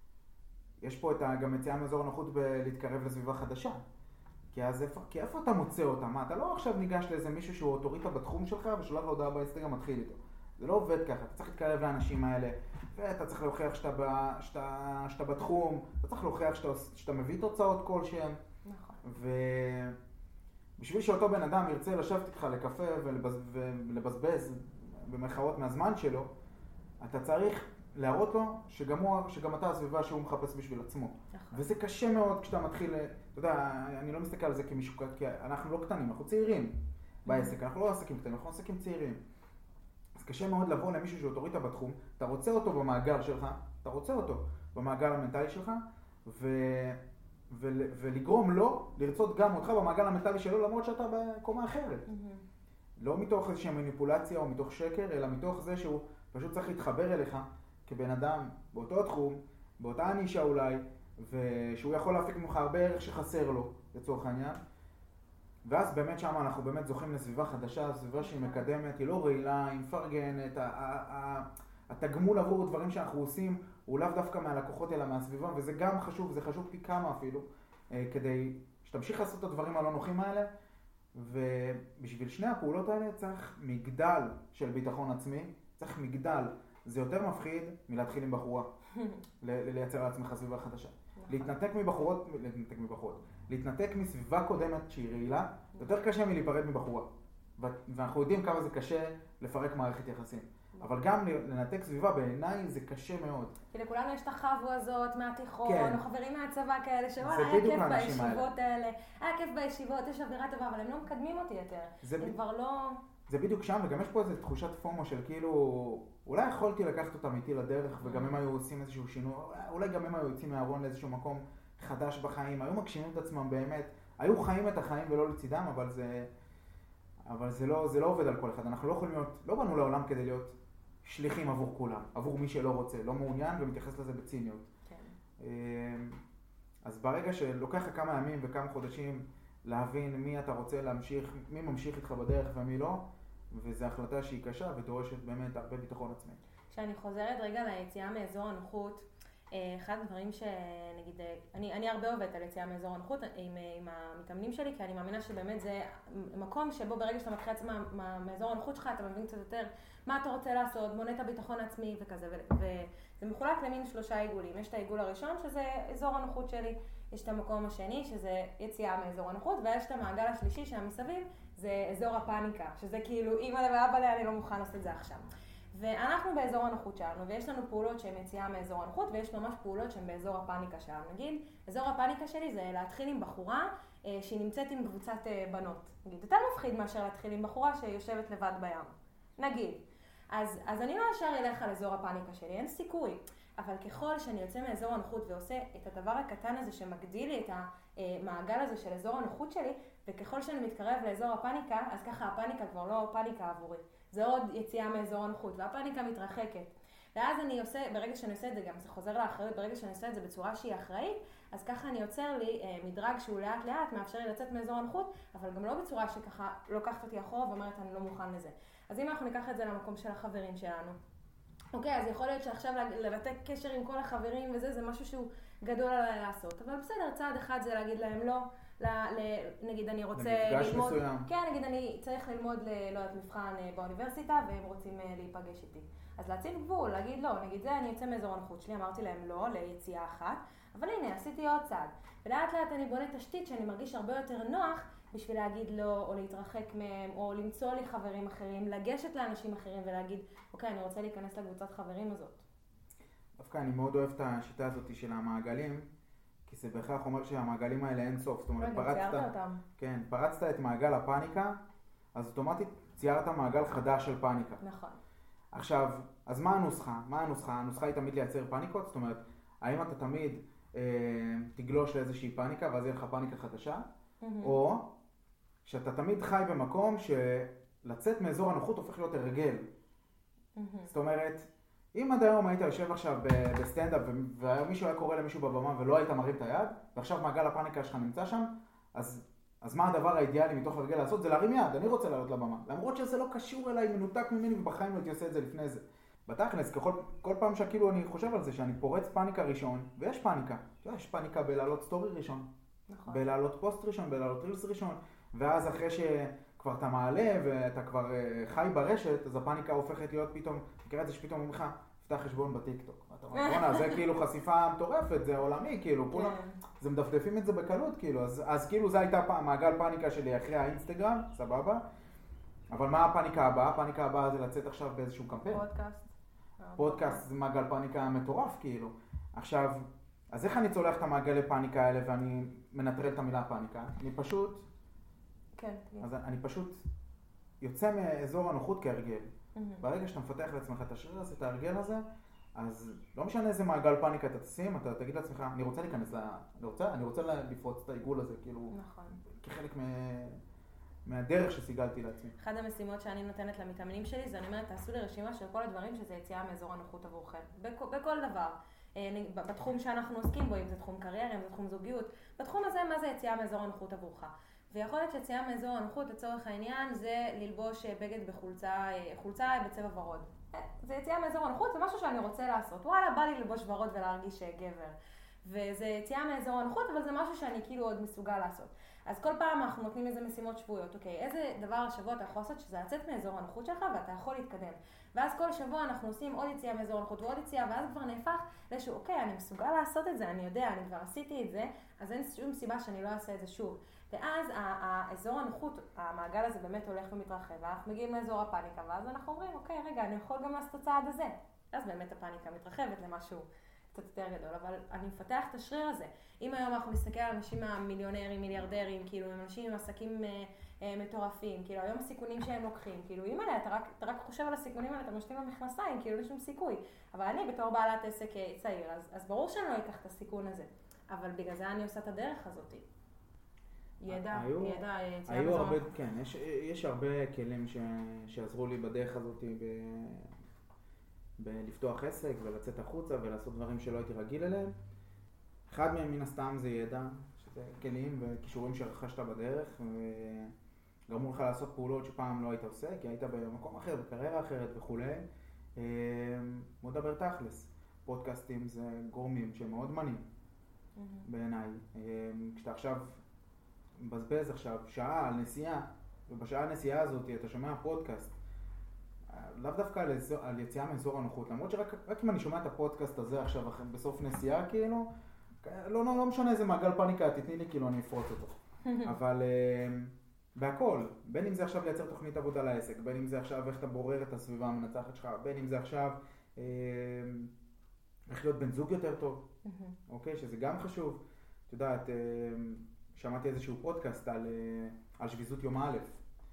יש פה את ה... גם יציאה מאזור הנוחות בלהתקרב לסביבה חדשה. כי, אז איפה... כי איפה אתה מוצא אותה? מה, אתה לא עכשיו ניגש לאיזה מישהו שהוא אוטוריטה בתחום שלך ושולח לו הודעה באינסטגרם מתחיל איתו. זה לא עובד ככה, אתה צריך להתקרב לאנשים האלה, ואתה צריך להוכיח שאתה, ב... שאתה... שאתה בתחום, אתה צריך להוכיח שאתה, שאתה מביא תוצאות כלשהן. נכון. ובשביל שאותו בן אדם ירצה לשבת איתך לקפה ולבז... ולבזבז במרכאות מהזמן שלו, אתה צריך להראות לו שגם, הוא, שגם אתה הסביבה שהוא מחפש בשביל עצמו. נכון. וזה קשה מאוד כשאתה מתחיל, אתה יודע, אני לא מסתכל על זה כמישהו, כי אנחנו לא קטנים, אנחנו צעירים בעסק, אנחנו לא עסקים קטנים, אנחנו עסקים צעירים. אז קשה מאוד לבוא למישהו שאוטוריטה בתחום, אתה רוצה אותו במעגל שלך, אתה רוצה אותו במעגל המנטלי שלך, ו... ו... ולגרום לו לרצות גם אותך במעגל המנטלי שלו, למרות שאתה בקומה אחרת. Mm-hmm. לא מתוך איזושהי מניפולציה או מתוך שקר, אלא מתוך זה שהוא פשוט צריך להתחבר אליך כבן אדם באותו תחום, באותה נישה אולי, ושהוא יכול להפיק ממך הרבה ערך שחסר לו, לצורך העניין. ואז באמת שם אנחנו באמת זוכים לסביבה חדשה, סביבה שהיא מקדמת, היא לא רעילה, היא מפרגנת, התגמול עבור דברים שאנחנו עושים הוא לאו דווקא מהלקוחות אלא מהסביבה, וזה גם חשוב, זה חשוב פי כמה אפילו, כדי שתמשיך לעשות את הדברים הלא נוחים האלה, ובשביל שני הפעולות האלה צריך מגדל של ביטחון עצמי, צריך מגדל, זה יותר מפחיד מלהתחיל עם בחורה, לייצר לעצמך סביבה חדשה. להתנתק מבחורות, להתנתק מבחורות, להתנתק מסביבה קודמת שהיא רעילה, יותר קשה מלהיפרד מבחורה. ואנחנו יודעים כמה זה קשה לפרק מערכת יחסים. אבל גם לנתק סביבה בעיניי זה קשה מאוד. כי לכולנו יש את החבו הזאת מהתיכון, או חברים מהצבא כאלה, שוואלה, היה כיף בישיבות האלה, היה כיף בישיבות, יש אווירה טובה, אבל הם לא מקדמים אותי יותר. הם כבר לא... זה בדיוק שם, וגם יש פה איזו תחושת פומו של כאילו, אולי יכולתי לקחת אותם איתי לדרך, וגם הם היו עושים איזשהו שינוי, אולי גם הם היו יוצאים מהארון לאיזשהו מקום חדש בחיים, היו מגשימים את עצמם באמת, היו חיים את החיים ולא לצידם, אבל זה, אבל זה לא, זה לא עובד על כל אחד. אנחנו לא יכולים להיות, לא באנו לעולם כדי להיות שליחים עבור כולם, עבור מי שלא רוצה, לא מעוניין ומתייחס לזה בציניות. כן. אז ברגע שלוקח לך כמה ימים וכמה חודשים להבין מי אתה רוצה להמשיך, מי ממשיך איתך בדרך ומי לא, וזו החלטה שהיא קשה ודורשת באמת הרבה ביטחון עצמי. כשאני חוזרת רגע ליציאה מאזור הנוחות, אחד הדברים שנגיד, אני, אני הרבה עובדת על יציאה מאזור הנוחות עם, עם המתאמנים שלי, כי אני מאמינה שבאמת זה מקום שבו ברגע שאתה מתחיל עצמה מאזור הנוחות שלך, אתה מבין קצת יותר מה אתה רוצה לעשות, בונה את הביטחון העצמי וכזה, וזה מחולק למין שלושה עיגולים. יש את העיגול הראשון שזה אזור הנוחות שלי, יש את המקום השני שזה יציאה מאזור הנוחות, ויש את המעגל השלישי שהמסביב זה אזור הפאניקה, שזה כאילו אמא ואבא לי, אני לא מוכן לעשות את זה עכשיו. ואנחנו באזור הנוחות שלנו, ויש לנו פעולות שהן יציאה מאזור הנוחות, ויש ממש פעולות שהן באזור הפאניקה שלנו. נגיד, אזור הפאניקה שלי זה להתחיל עם בחורה אה, שהיא נמצאת עם קבוצת אה, בנות. נגיד, יותר מפחיד מאשר להתחיל עם בחורה שיושבת לבד בים. נגיד. אז, אז אני לא ישר אלך על אזור הפאניקה שלי, אין סיכוי. אבל ככל שאני יוצא מאזור הנוחות ועושה את הדבר הקטן הזה שמגדיל לי את המעגל הזה של אזור הנוחות שלי, וככל שאני מתקרב לאזור הפאניקה, אז ככה הפאניקה כבר לא פאניקה עבורי. זה עוד יציאה מאזור הנוחות, והפאניקה מתרחקת. ואז אני עושה, ברגע שאני עושה את זה, גם זה חוזר לאחריות, ברגע שאני עושה את זה בצורה שהיא אחראית, אז ככה אני יוצר לי אה, מדרג שהוא לאט לאט, מאפשר לי לצאת מאזור הנוחות, אבל גם לא בצורה שככה לוקחת אותי אחורה ואומרת אני לא מוכן לזה. אז אם אנחנו ניקח את זה למקום של החברים שלנו, אוקיי, אז יכול להיות שעכשיו לנתק קשר עם כל החברים וזה, זה משהו שהוא גדול עליי לעשות. אבל בסדר, צעד אחד זה להגיד להם לא, ל, ל, נגיד אני רוצה ללמוד, מסוים. כן, נגיד אני צריך ללמוד, ל, לא יודעת, מבחן באוניברסיטה והם רוצים להיפגש איתי. אז להציב גבול, להגיד לא, נגיד זה אני יוצא מאזור הנוחות שלי, אמרתי להם לא, ליציאה אחת, אבל הנה, עשיתי עוד צעד. ולאט לאט אני בונה תשתית שאני מרגיש הרבה יותר נוח בשביל להגיד לא, או להתרחק מהם, או למצוא לי חברים אחרים, לגשת לאנשים אחרים ולהגיד, אוקיי, אני רוצה להיכנס לקבוצת חברים הזאת. דווקא אני מאוד אוהב את השיטה הזאת של המעגלים, כי זה בהכרח אומר שהמעגלים האלה אין סוף. זאת אומרת, פרצת, כן, פרצת את מעגל הפאניקה, אז אוטומטית ציירת מעגל חדש של פאניקה. נכון. עכשיו, אז מה הנוסחה? מה הנוסחה? הנוסחה היא תמיד לייצר פאניקות, זאת אומרת, האם אתה תמיד אה, תגלוש לאיזושהי פאניקה, ואז יהיה לך פאניקה חדשה, mm-hmm. או שאתה תמיד חי במקום שלצאת מאזור הנוחות הופך להיות הרגל. Mm-hmm. זאת אומרת, אם עד היום היית יושב עכשיו בסטנדאפ, ומישהו היה קורא למישהו בבמה ולא היית מרים את היד, ועכשיו מעגל הפאניקה שלך נמצא שם, אז, אז מה הדבר האידיאלי מתוך הרגל לעשות? זה להרים יד, אני רוצה לעלות לבמה. למרות שזה לא קשור אליי, מנותק ממני, ובחיים לא הייתי עושה את זה לפני זה. בתכלס, ככל, כל פעם שכאילו אני חושב על זה, שאני פורץ פאניקה ראשון, ויש פאניקה. יש פאניקה בלעלות סטורי ראשון, נכון. בלעלות פוסט ראשון, בלעלות רילס ראשון, ואז אחרי שכבר אתה מעלה ואתה כבר חי ברשת, אז הפאניקה הופכת להיות פתאום, תקרא את זה שפתאום ממך, תפתח חשבון בטיקטוק. אתה אומר, בונה, זה כאילו חשיפה מטורפת, זה עולמי, כאילו, כולם, זה מדפדפים את זה בקלות, כאילו, אז, אז כאילו זה הייתה פעם, מעגל פאניקה שלי אחרי האינסטגרם, סבבה, אבל מה הפאניקה הבאה? הפאניקה הבאה זה לצאת עכשיו באיזשהו קמפיין. פודקאסט. פודקאסט זה מעגל פאניקה מטורף, כאילו. עכשיו, אז איך אני צולח את המעגלי פאניקה האלה ואני מנטרל את המילה פאניקה? אני פשוט, כן, אז אני פשוט יוצא מאזור הנוחות כהרגל. ברגע שאתה מפתח לעצמך את השריר הזה, את ההרגל הזה, אז לא משנה איזה מעגל פאניקה אתה תשים, אתה תגיד לעצמך, אני רוצה להיכנס ל... אני רוצה, אני רוצה לפרוץ את העיגול הזה, כאילו, נכון. כחלק מ... מהדרך שסיגלתי לעצמי. אחד המשימות שאני נותנת למתאמנים שלי, זה אני אומרת, תעשו לי רשימה של כל הדברים שזה יציאה מאזור הנוחות עבורכם. בכ... בכל דבר. בתחום שאנחנו עוסקים בו, אם זה תחום קריירה, אם זה תחום זוגיות, בתחום הזה, מה זה יציאה מאזור הנוחות עבורך? ויכול להיות שיציאה מאזור הנוחות, לצורך העניין, זה ללבוש בגד בחולצה, חולצה בצבע ורוד. זה יציאה מאזור הנוחות, זה משהו שאני רוצה לעשות. וואלה, בא לי ללבוש ורוד ולהרגיש גבר. וזה יציאה מאזור הנוחות, אבל זה משהו שאני כאילו עוד מסוגל לעשות. אז כל פעם אנחנו נותנים איזה משימות שבועיות, אוקיי, איזה דבר השבוע אתה יכול לעשות שזה לצאת מאזור הנוחות שלך ואתה יכול להתקדם. ואז כל שבוע אנחנו עושים עוד יציאה מאזור הנוחות ועוד יציאה, ואז כבר נהפך לאיזשהו, אוקיי, אני מסוגל לעשות את זה, אני יודע, אני כבר עשיתי את זה, אז אין שום סיבה שאני לא אעשה את זה שוב. ואז האזור הנוחות, המעגל הזה באמת הולך ומתרחב, ואנחנו מגיעים לאזור הפאניקה, ואז אנחנו אומרים, אוקיי, רגע, אני יכול גם לעשות את הצעד הזה. אז באמת הפאניקה מתרחבת למשהו קצת יותר גדול, אבל אני מפתח את השריר הזה. אם היום אנחנו נסתכל על אנשים המיליונרים, מיליארדרים, כאילו, הם אנשים עם עסקים אה, אה, מטורפים, כאילו, היום הסיכונים שהם לוקחים, כאילו, אם אלה, אתה רק, אתה רק חושב על הסיכונים האלה, אתה משלים במכנסיים, כאילו, אין שום סיכוי. אבל אני, בתור בעלת עסק צעיר, אז, אז ברור שאני לא אקח את הסיכון הזה. אבל בגלל זה אני עושה את הדרך הזאת. ידע, היו, ידע, היו הרבה, כן, יש, יש הרבה כלים ש, שעזרו לי בדרך הזאת ב... בלפתוח עסק ולצאת החוצה ולעשות דברים שלא הייתי רגיל אליהם. אחד מהם מן הסתם זה ידע, שזה כלים וכישורים שרכשת בדרך וגרמו לך לעשות פעולות שפעם לא היית עושה, כי היית במקום אחר, בקריירה אחרת וכולי. בוא נדבר תכלס, פודקאסטים זה גורמים שהם מאוד מנים בעיניי. כשאתה עכשיו מבזבז עכשיו שעה על נסיעה, ובשעה הנסיעה הזאת אתה שומע פודקאסט, לאו דווקא על, על יציאה מאזור הנוחות, למרות שרק רק אם אני שומע את הפודקאסט הזה עכשיו בסוף נסיעה, כאילו, לא, לא, לא משנה איזה מעגל פאניקה, תתני לי, כאילו אני אפרוץ אותו. אבל uh, בהכל, בין אם זה עכשיו לייצר תוכנית עבודה לעסק, בין אם זה עכשיו איך אתה בורר את הסביבה המנצחת שלך, בין אם זה עכשיו uh, איך להיות בן זוג יותר טוב, אוקיי, שזה גם חשוב. את יודעת, uh, שמעתי איזשהו פודקאסט על, uh, על שביזות יום א',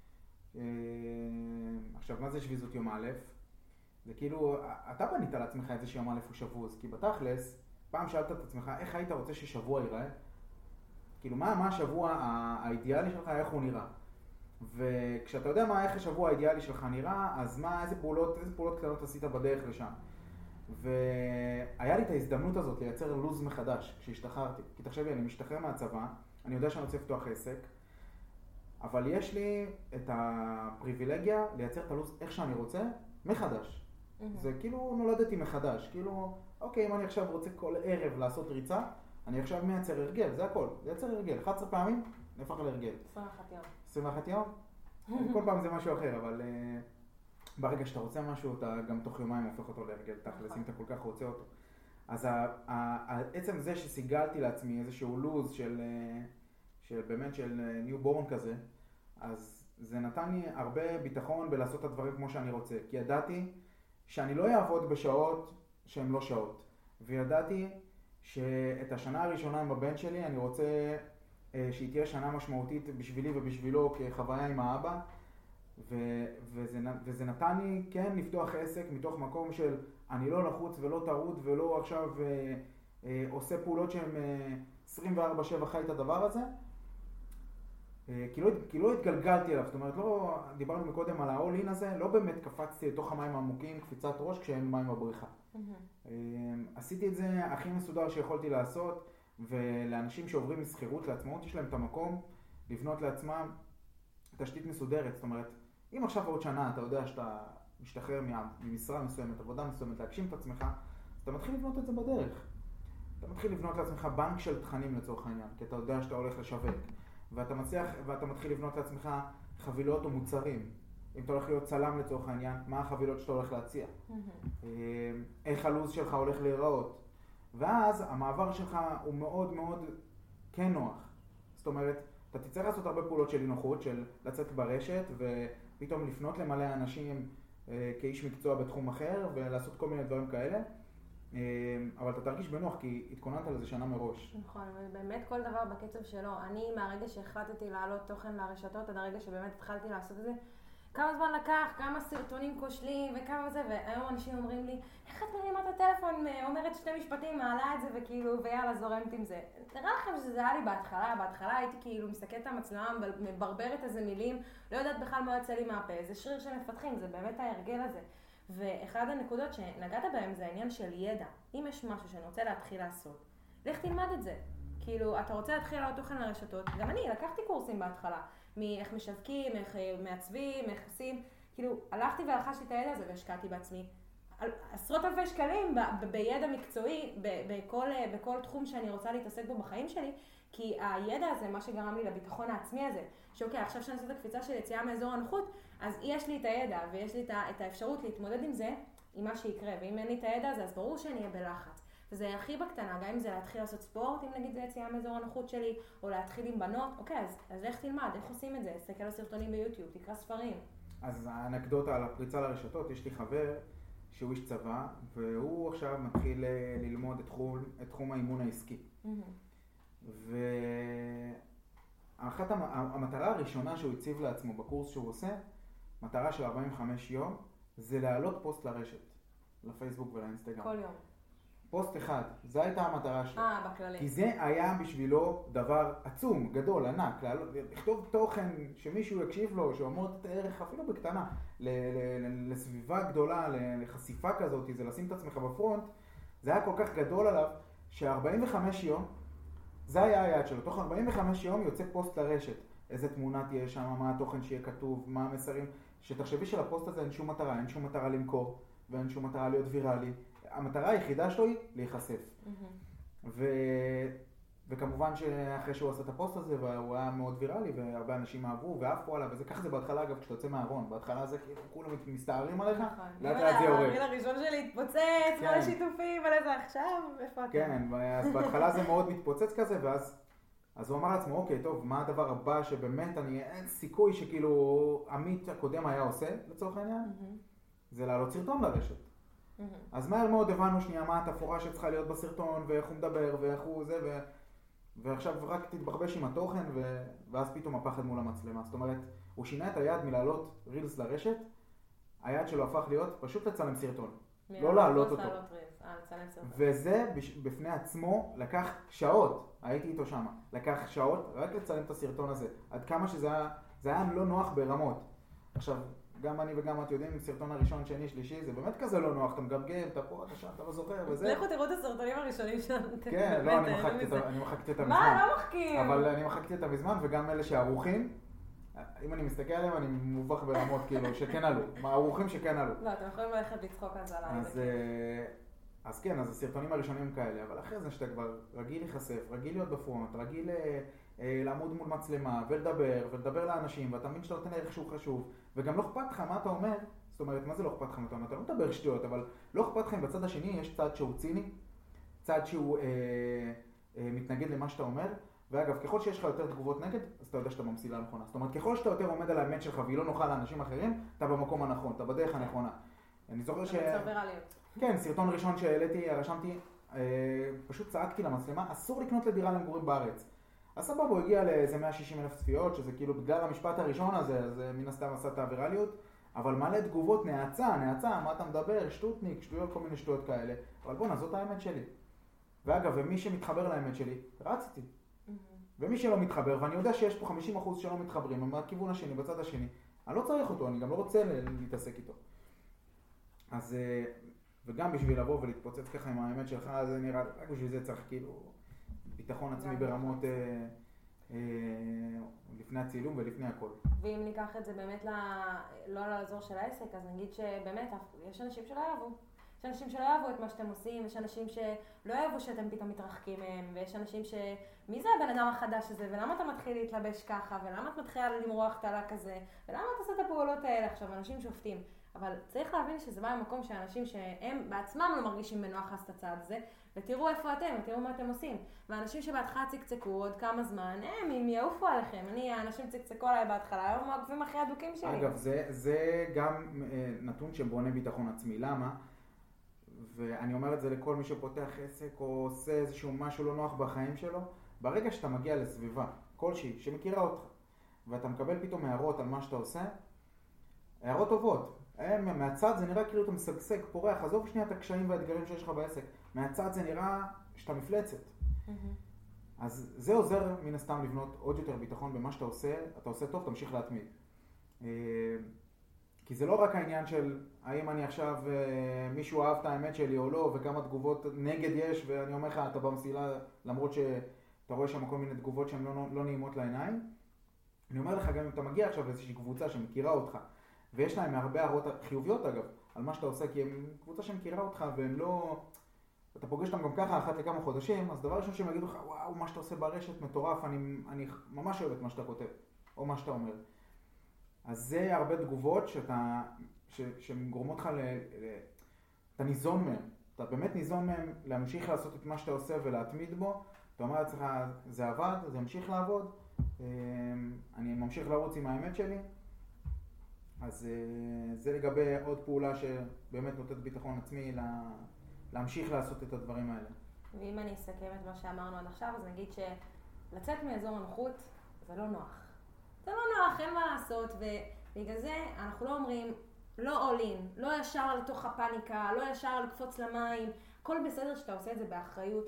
עכשיו, מה זה שביזות יום א'? זה כאילו, אתה בנית לעצמך איזה שיום א' הוא שבוז, כי בתכלס, פעם שאלת את עצמך, איך היית רוצה ששבוע ייראה? כאילו, מה, מה השבוע האידיאלי שלך, איך הוא נראה? וכשאתה יודע מה, איך השבוע האידיאלי שלך נראה, אז מה, איזה פעולות, איזה פעולות קטנות עשית בדרך לשם? והיה לי את ההזדמנות הזאת לייצר לוז מחדש כשהשתחררתי. כי תחשבי, אני משתחרר מהצבא, אני יודע שאני רוצה לפתוח עסק, אבל יש לי את הפריבילגיה לייצר את הלו"ז איך שאני רוצה, מחדש. Mm-hmm. זה כאילו נולדתי מחדש, כאילו, אוקיי, אם אני עכשיו רוצה כל ערב לעשות ריצה, אני עכשיו מייצר הרגל, זה הכל, לייצר הרגל, אחת עשרה פעמים, נהפך להרגל. עשרים ואחד יום. עשרים ואחד יום? כל פעם זה משהו אחר, אבל uh, ברגע שאתה רוצה משהו, אתה גם תוך יומיים הופך אותו להרגל, תכלס, אם אתה כל כך רוצה אותו. אז עצם זה שסיגלתי לעצמי איזשהו לו"ז של... של באמת של ניובורן כזה, אז זה נתן לי הרבה ביטחון בלעשות את הדברים כמו שאני רוצה, כי ידעתי שאני לא אעבוד בשעות שהן לא שעות, וידעתי שאת השנה הראשונה עם הבן שלי אני רוצה שהיא תהיה שנה משמעותית בשבילי ובשבילו כחוויה עם האבא, ו- וזה, וזה נתן לי כן לפתוח עסק מתוך מקום של אני לא לחוץ ולא טרוד ולא עכשיו אה, אה, עושה פעולות שהן אה, עשרים וארבע שבע חי את הדבר הזה, כי לא, כי לא התגלגלתי אליו, זאת אומרת, לא, דיברנו מקודם על ה-all-in הזה, לא באמת קפצתי לתוך המים העמוקים, קפיצת ראש כשאין מים בבריכה. Mm-hmm. עשיתי את זה הכי מסודר שיכולתי לעשות, ולאנשים שעוברים מסחירות לעצמאות, יש להם את המקום לבנות לעצמם תשתית מסודרת. זאת אומרת, אם עכשיו עוד שנה אתה יודע שאתה משתחרר ממשרה מסוימת, עבודה מסוימת, להגשים את עצמך, אז אתה מתחיל לבנות את זה בדרך. אתה מתחיל לבנות לעצמך בנק של תכנים לצורך העניין, כי אתה יודע שאתה הולך לשווק. ואתה מצליח, ואתה מתחיל לבנות לעצמך חבילות או מוצרים. אם אתה הולך להיות צלם לצורך העניין, מה החבילות שאתה הולך להציע, איך הלו"ז שלך הולך להיראות, ואז המעבר שלך הוא מאוד מאוד כן נוח. זאת אומרת, אתה תצטרך לעשות הרבה פעולות של אי-נוחות, של לצאת ברשת ופתאום לפנות למלא אנשים כאיש מקצוע בתחום אחר ולעשות כל מיני דברים כאלה, אבל אתה תרגיש בנוח כי התכוננת לזה שנה מראש. נכון, ובאמת כל דבר בקצב שלו. אני מהרגע שהחלטתי להעלות תוכן לרשתות עד הרגע שבאמת התחלתי לעשות את זה, כמה זמן לקח, כמה סרטונים כושלים וכמה זה, והיום אנשים אומרים לי, איך את מרימה את הטלפון, אומרת שתי משפטים, מעלה את זה וכאילו, ויאללה, זורמת עם זה. נראה לכם שזה היה לי בהתחלה, בהתחלה הייתי כאילו מסתכלת על המצלמה, מברברת איזה מילים, לא יודעת בכלל מה יוצא לי מהפה, זה שריר שמפתחים, זה באמת ההרגל הזה. ואחד הנקודות שנגעת בהם זה העניין של ידע. אם יש משהו שאני רוצה להתחיל לעשות, לך תלמד את זה. כאילו, אתה רוצה להתחיל לעלות תוכן לרשתות, גם אני לקחתי קורסים בהתחלה. מאיך משווקים, איך מעצבים, איך עושים, כאילו הלכתי והלחשתי את הידע הזה והשקעתי בעצמי עשרות אלפי שקלים ב- ב- בידע מקצועי ב- בכל, בכל תחום שאני רוצה להתעסק בו בחיים שלי, כי הידע הזה מה שגרם לי לביטחון העצמי הזה, שאוקיי, עכשיו שאני עושה את הקפיצה של יציאה מאזור הנוחות, אז יש לי את הידע ויש לי את האפשרות להתמודד עם זה, עם מה שיקרה, ואם אין לי את הידע הזה אז ברור שאני אהיה בלחץ. וזה הכי בקטנה, גם אם זה להתחיל לעשות ספורט, אם נגיד זה יציאה מאזור הנוחות שלי, או להתחיל עם בנות, אוקיי, אז, אז לך תלמד, איך עושים את זה? תסתכל על סרטונים ביוטיוב, תקרא ספרים. אז האנקדוטה על הפריצה לרשתות, יש לי חבר שהוא איש צבא, והוא עכשיו מתחיל ללמוד את תחום, את תחום האימון העסקי. Mm-hmm. ואחת המטרה הראשונה שהוא הציב לעצמו בקורס שהוא עושה, מטרה של ארבעים וחמישה יום, זה להעלות פוסט לרשת, לפייסבוק ולאינסטגרם. כל יום. פוסט אחד, זו הייתה המטרה שלו. אה, בכללי. כי זה היה בשבילו דבר עצום, גדול, ענק, לכתוב תוכן שמישהו יקשיב לו, שהוא אמור לתת ערך אפילו בקטנה, לסביבה גדולה, לחשיפה כזאת, זה לשים את עצמך בפרונט, זה היה כל כך גדול עליו, ש-ארבעים וחמישה יום, זה היה היעד שלו. תוך ארבעים וחמישה יום יוצא פוסט לרשת. איזה תמונה תהיה שם, מה התוכן שיהיה כתוב, מה המסרים. שתחשבי שלפוסט הזה אין שום מטרה, אין שום מטרה למכור, ואין שום מטרה להיות ויראלי. המטרה היחידה שלו היא להיחשף. Mm-hmm. ו... וכמובן שאחרי שהוא עשה את הפוסט הזה, והוא היה מאוד ויראלי, והרבה אנשים אהבו ועפו עליו, וזה ככה זה בהתחלה אגב, כשאתה יוצא מהארון. בהתחלה זה כאילו כולם מסתערים עליך, לאט לאט זה יורד. הריל הראשון שלי התפוצץ, מלא שיתופים, מלא זה עכשיו, איפה אתה? כן, אז בהתחלה זה מאוד מתפוצץ כזה, ואז אז הוא אמר לעצמו, אוקיי, טוב, מה הדבר הבא שבאמת אני, אין סיכוי שכאילו עמית הקודם היה עושה, לצורך העניין? זה להעלות סרטון לרשת. אז מהר מאוד הבנו שנייה מה התפאורה שצריכה להיות בסרטון, ואיך הוא מדבר, ואיך הוא זה, ו... ועכשיו רק תתברבש עם התוכן, ו... ואז פתאום הפחד מול המצלמה. זאת אומרת, הוא שינה את היד מלהעלות רילס לרשת, היד שלו הפך להיות פשוט לצלם סרטון. לא להעלות אותו. וזה בפני עצמו לקח שעות, הייתי איתו שם, לקח שעות רק לצלם את הסרטון הזה. עד כמה שזה היה, זה היה לא נוח ברמות. עכשיו, גם אני וגם את יודעים, סרטון הראשון, שני, שלישי, זה באמת כזה לא נוח, אתה מגמגם, אתה פה, אתה שם, אתה לא זוכר, וזה. לכו תראו את הסרטונים הראשונים שלנו. כן, לא, אני מחקתי אותם מזמן. מה, לא מחקים? אבל אני מחקתי אותם מזמן, וגם אלה שערוכים, אם אני מסתכל עליהם, אני מובך ברמות, כאילו, שכן עלו. הערוכים שכן עלו. לא, אתם יכולים ללכת לצחוק על זה עליי. אז כן, אז הסרטונים הראשונים כאלה, אבל אחרי זה שאתה כבר רגיל להיחשף, רגיל להיות בפרונט, רגיל לעמוד מול מצלמה ולדבר, ולדבר לאנשים, ואתה מבין שאתה נותן ערך שהוא חשוב, וגם לא אכפת לך מה אתה אומר, זאת אומרת, מה זה לא אכפת לך מה אתה אומר? אתה לא מדבר שטויות, אבל לא אכפת לך אם בצד השני יש צד שהוא ציני, צד שהוא אה, אה, מתנגד למה שאתה אומר, ואגב, ככל שיש לך יותר תגובות נגד, אז אתה יודע שאתה במסילה הנכונה. זאת אומרת, ככל שאתה יותר עומד על האמת שלך והיא לא נוחה לאנשים אחרים, אתה במקום הנכון, אתה בדרך הנכונה. אני זוכר ש... כן, סרטון ראשון שהעליתי, רשמתי, אה, פשוט צעקתי למצלמה, אסור לקנות לדירה למגורים בארץ. אז סבבה, הוא הגיע לאיזה מאה ושישים אלף צפיות, שזה כאילו בגלל המשפט הראשון הזה, זה מן הסתם עשה את הווירליות, אבל מלא תגובות, נעצה, נעצה, מה אתה מדבר, שטוטניק, שטויות, כל מיני שטויות כאלה. אבל בוא, זאת האמת שלי. ואגב, ומי שמתחבר לאמת שלי, רצתי. ומי שלא מתחבר, ואני יודע שיש פה חמישים אחוז שלא מתחברים, הם מהכיוון השני, בצד השני, אני לא צריך אותו, אני גם לא רוצה להתעסק איתו. אז, וגם בשביל לבוא ולהתפוצץ ככה עם האמת שלך, זה נראה, רק בשביל זה צריך כאילו ביטחון עצמי ברמות אה, אה, לפני הצילום ולפני הכל. ואם ניקח את זה באמת לא לעזור של העסק, אז נגיד שבאמת יש אנשים שלא אהבו. יש אנשים שלא אוהבו את מה שאתם עושים, יש אנשים שלא אוהבו שאתם פתאום מתרחקים מהם, ויש אנשים ש... מי זה הבן אדם החדש הזה, ולמה אתה מתחיל להתלבש ככה, ולמה את מתחילה למרוח תלה כזה, ולמה אתה עושה את הפעולות האלה עכשיו, אנשים שופטים. אבל צריך להבין שזה בא במקום שאנשים שהם בעצמם לא מרגישים בנוח לעשות את הצעד הזה, ותראו איפה אתם, ותראו מה אתם עושים. ואנשים שבהתחלה צקצקו עוד כמה זמן, הם, הם יעופו עליכם. אני, האנשים צקצקו עליי בהתחלה, היום מעקבים אחרי הדוקים שלי. אגב, זה, זה גם נתון שבונה ביטחון עצמי. למה? ואני אומר את זה לכל מי שפותח עסק או עושה איזשהו משהו לא נוח בחיים שלו. ברגע שאתה מגיע לסביבה כלשהי שמכירה אותך, ואתה מקבל פתאום הערות על מה שאתה עושה, הערות טובות. הם, מהצד זה נראה כאילו אתה משגשג, פורח, עזוב שנייה את הקשיים והאתגרים שיש לך בעסק. מהצד זה נראה שאתה מפלצת. Mm-hmm. אז זה עוזר מן הסתם לבנות עוד יותר ביטחון במה שאתה עושה. אתה עושה טוב, תמשיך להתמיד. כי זה לא רק העניין של האם אני עכשיו, מישהו אהב את האמת שלי או לא, וכמה תגובות נגד יש, ואני אומר לך, אתה במסילה, למרות שאתה רואה שם כל מיני תגובות שהן לא, לא נעימות לעיניים. אני אומר לך, גם אם אתה מגיע עכשיו לאיזושהי קבוצה שמכירה אותך, ויש להם הרבה הערות חיוביות אגב, על מה שאתה עושה, כי הם קבוצה שמכירה אותך והם לא... אתה פוגש אותם גם ככה אחת לכמה חודשים, אז דבר ראשון שהם יגידו לך, וואו, מה שאתה עושה ברשת מטורף, אני, אני ממש אוהב את מה שאתה כותב, או מה שאתה אומר. אז זה הרבה תגובות שאתה, ש, שהן גורמות לך, ל, ל, אתה ניזון מהם. אתה באמת ניזון מהם להמשיך לעשות את מה שאתה עושה ולהתמיד בו. אתה אומר לעצמך, זה עבד, זה ימשיך לעבוד, אני ממשיך לרוץ עם האמת שלי. אז זה לגבי עוד פעולה שבאמת נותנת ביטחון עצמי לה, להמשיך לעשות את הדברים האלה. ואם אני אסכם את מה שאמרנו עד עכשיו, אז נגיד שלצאת מאזור הנוחות זה לא נוח. זה לא נוח, אין מה לעשות, ובגלל זה אנחנו לא אומרים, לא עולים, לא ישר לתוך הפאניקה, לא ישר לקפוץ למים, הכל בסדר שאתה עושה את זה באחריות,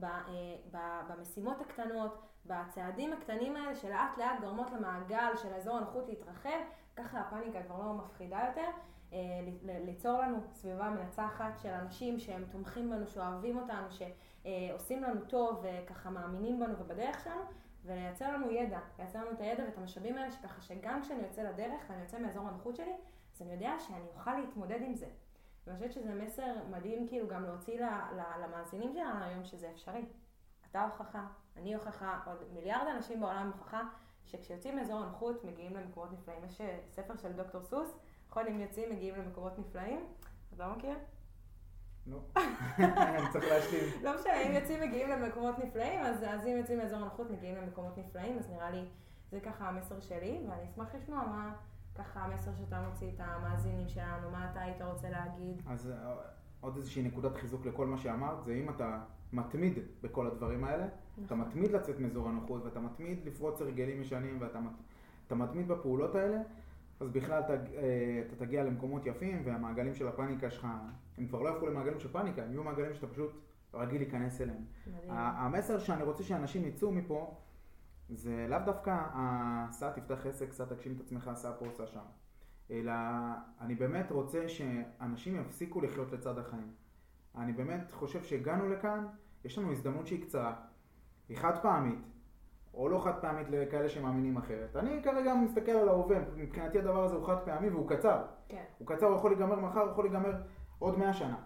במשימות הקטנות, בצעדים הקטנים האלה שלאט לאט גורמות למעגל של האזור הנוחות להתרחב, ככה הפאניקה כבר לא מפחידה יותר, ליצור לנו סביבה מנצחת של אנשים שהם תומכים בנו, שאוהבים אותנו, שעושים לנו טוב וככה מאמינים בנו ובדרך שלנו, ולייצר לנו ידע, לייצר לנו את הידע ואת המשאבים האלה, שככה שגם כשאני יוצא לדרך ואני יוצא מאזור הנוחות שלי, אז אני יודע שאני אוכל להתמודד עם זה. ואני חושבת שזה מסר מדהים כאילו גם להוציא למאזינים שלנו היום שזה אפשרי. אתה הוכחה, אני הוכחה, עוד מיליארד אנשים בעולם הוכחה, שכשיוצאים מאזור הנוחות מגיעים למקומות נפלאים. יש ספר של דוקטור סוס, חולים יוצאים מגיעים למקומות נפלאים. אתה לא מכיר? לא. אני צריך להשלים. לא משנה, אם יוצאים מגיעים למקומות נפלאים, אז, אז אם יוצאים מאזור הנוחות מגיעים למקומות נפלאים, אז נראה לי זה ככה המסר שלי, ואני אשמח לשמוע מה ככה המסר שאתה מוציא את המאזינים שלנו, מה אתה היית רוצה להגיד. אז עוד איזושהי נקודת חיזוק לכל מה שאמרת, זה אם אתה מתמיד בכל הדברים האלה, נכון. אתה מתמיד לצאת מאזור הנוחות, ואתה מתמיד לפרוץ הרגלים ישנים, ואתה אתה מתמיד בפעולות האלה, אז בכלל אתה, אתה תגיע למקומות יפים, והמעגלים של הפאניקה שלך, הם כבר לא יפכו למעגלים של פאניקה, הם יהיו מעגלים שאתה פשוט רגיל להיכנס אליהם. המסר שאני רוצה שאנשים יצאו מפה, זה לאו דווקא סע תפתח עסק, סע תגשים את עצמך, סע פה, סע שם. אלא אני באמת רוצה שאנשים יפסיקו לחיות לצד החיים. אני באמת חושב שהגענו לכאן, יש לנו הזדמנות שהיא קצרה, היא חד פעמית, או לא חד פעמית לכאלה שמאמינים אחרת. אני כרגע מסתכל על ההווה, מבחינתי הדבר הזה הוא חד פעמי והוא קצר. כן. הוא קצר, הוא יכול להיגמר מחר, הוא יכול להיגמר עוד מאה שנה.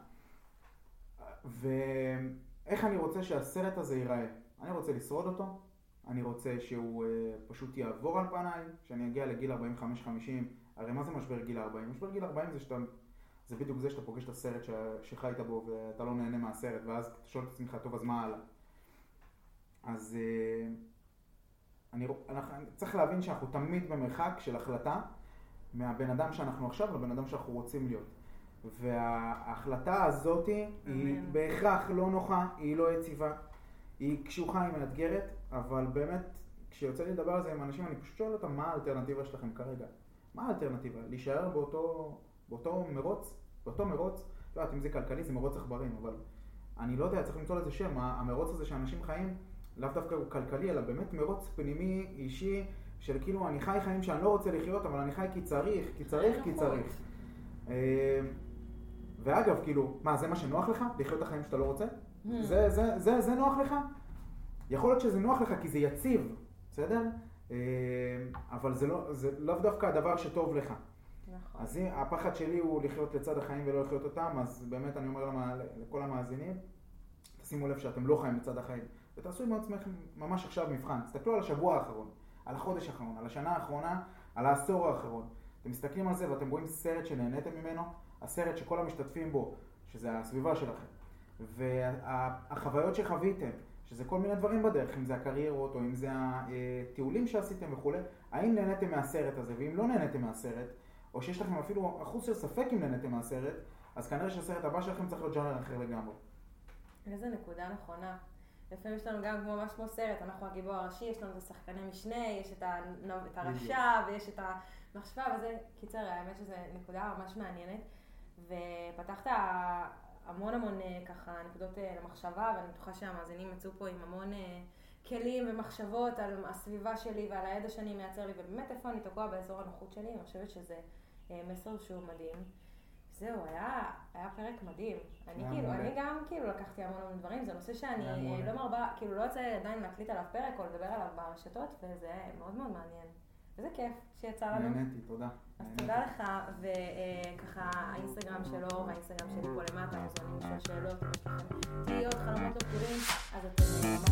ואיך אני רוצה שהסרט הזה ייראה? אני רוצה לשרוד אותו, אני רוצה שהוא uh, פשוט יעבור על פניי, שאני אגיע לגיל ארבעים וחמש חמישים. הרי מה זה משבר גיל ארבעים? משבר גיל ארבעים זה, שאתה, זה בדיוק זה שאתה פוגש את הסרט ש, שחיית בו ואתה לא נהנה מהסרט, ואז אתה שואל את עצמך, טוב, אז מה הלאה? אז uh, אני, אנחנו, צריך להבין שאנחנו תמיד במרחק של החלטה מהבן אדם שאנחנו עכשיו לבן אדם שאנחנו רוצים להיות. וההחלטה הזאת היא בהכרח לא נוחה, היא לא יציבה, היא קשוחה, היא מאתגרת, אבל באמת כשיוצא לי לדבר על זה עם אנשים אני פשוט שואל אותם מה האלטרנטיבה שלכם כרגע. מה האלטרנטיבה? להישאר באותו, באותו מרוץ, באותו מרוץ, לא יודעת אם זה כלכלי, זה מרוץ עכברים, אבל אני לא יודע, צריך למצוא לזה שם, המרוץ הזה שאנשים חיים לאו דווקא הוא כלכלי, אלא באמת מרוץ פנימי, אישי, של כאילו אני חי חיים שאני לא רוצה לחיות, אבל אני חי כי צריך, כי צריך, כי צריך. ואגב, כאילו, מה, זה מה שנוח לך? לחיות את החיים שאתה לא רוצה? זה, זה, זה, זה נוח לך? יכול להיות שזה נוח לך כי זה יציב, בסדר? אבל זה לא, זה לא דווקא הדבר שטוב לך. נכון. אז הפחד שלי הוא לחיות לצד החיים ולא לחיות אותם, אז באמת אני אומר למה, לכל המאזינים, תשימו לב שאתם לא חיים לצד החיים, ותעשו עם עצמכם ממש עכשיו מבחן. תסתכלו על השבוע האחרון, על החודש האחרון, על השנה האחרונה, על העשור האחרון. אתם מסתכלים על זה ואתם רואים סרט שנהניתם ממנו, הסרט שכל המשתתפים בו, שזה הסביבה שלכם, והחוויות שחוויתם, שזה כל מיני דברים בדרך, אם זה הקריירות או אם זה הטיולים שעשיתם וכו', האם נהניתם מהסרט הזה, ואם לא נהניתם מהסרט, או שיש לכם אפילו אחוז של ספק אם נהניתם מהסרט, אז כנראה שהסרט הבא שלכם צריך להיות ז'אנר אחר לגמרי. איזה נקודה נכונה. לפעמים יש לנו גם ממש כמו סרט, אנחנו הגיבור הראשי, יש לנו את השחקני משנה, יש את, הנוב, את הרשע ויש את המחשבה, וזה קיצר, האמת שזו נקודה ממש מעניינת. ופתחת המון המון ככה נקודות למחשבה, ואני בטוחה שהמאזינים מצאו פה עם המון כלים ומחשבות על הסביבה שלי ועל הידע שאני מייצר לי, ובאמת איפה אני תקוע באזור הנוחות שלי, אני חושבת שזה מסר שהוא מדהים. זהו, היה, היה פרק מדהים. אני כאילו, אני גם כאילו לקחתי המון המון דברים, זה נושא שאני לא מרבה, כאילו לא יוצא לי עדיין להקליט עליו פרק או לדבר עליו ברשתות, וזה מאוד מאוד מעניין. וזה כיף שיצא לנו. נהניתי, תודה. אז תודה לך, וככה האינסטגרם שלו והאינסטגרם שלי פה למטה, מוזמנים לשאול שאלות, אם יש לכם תהיות, חלומות לא פתירים, אז אתם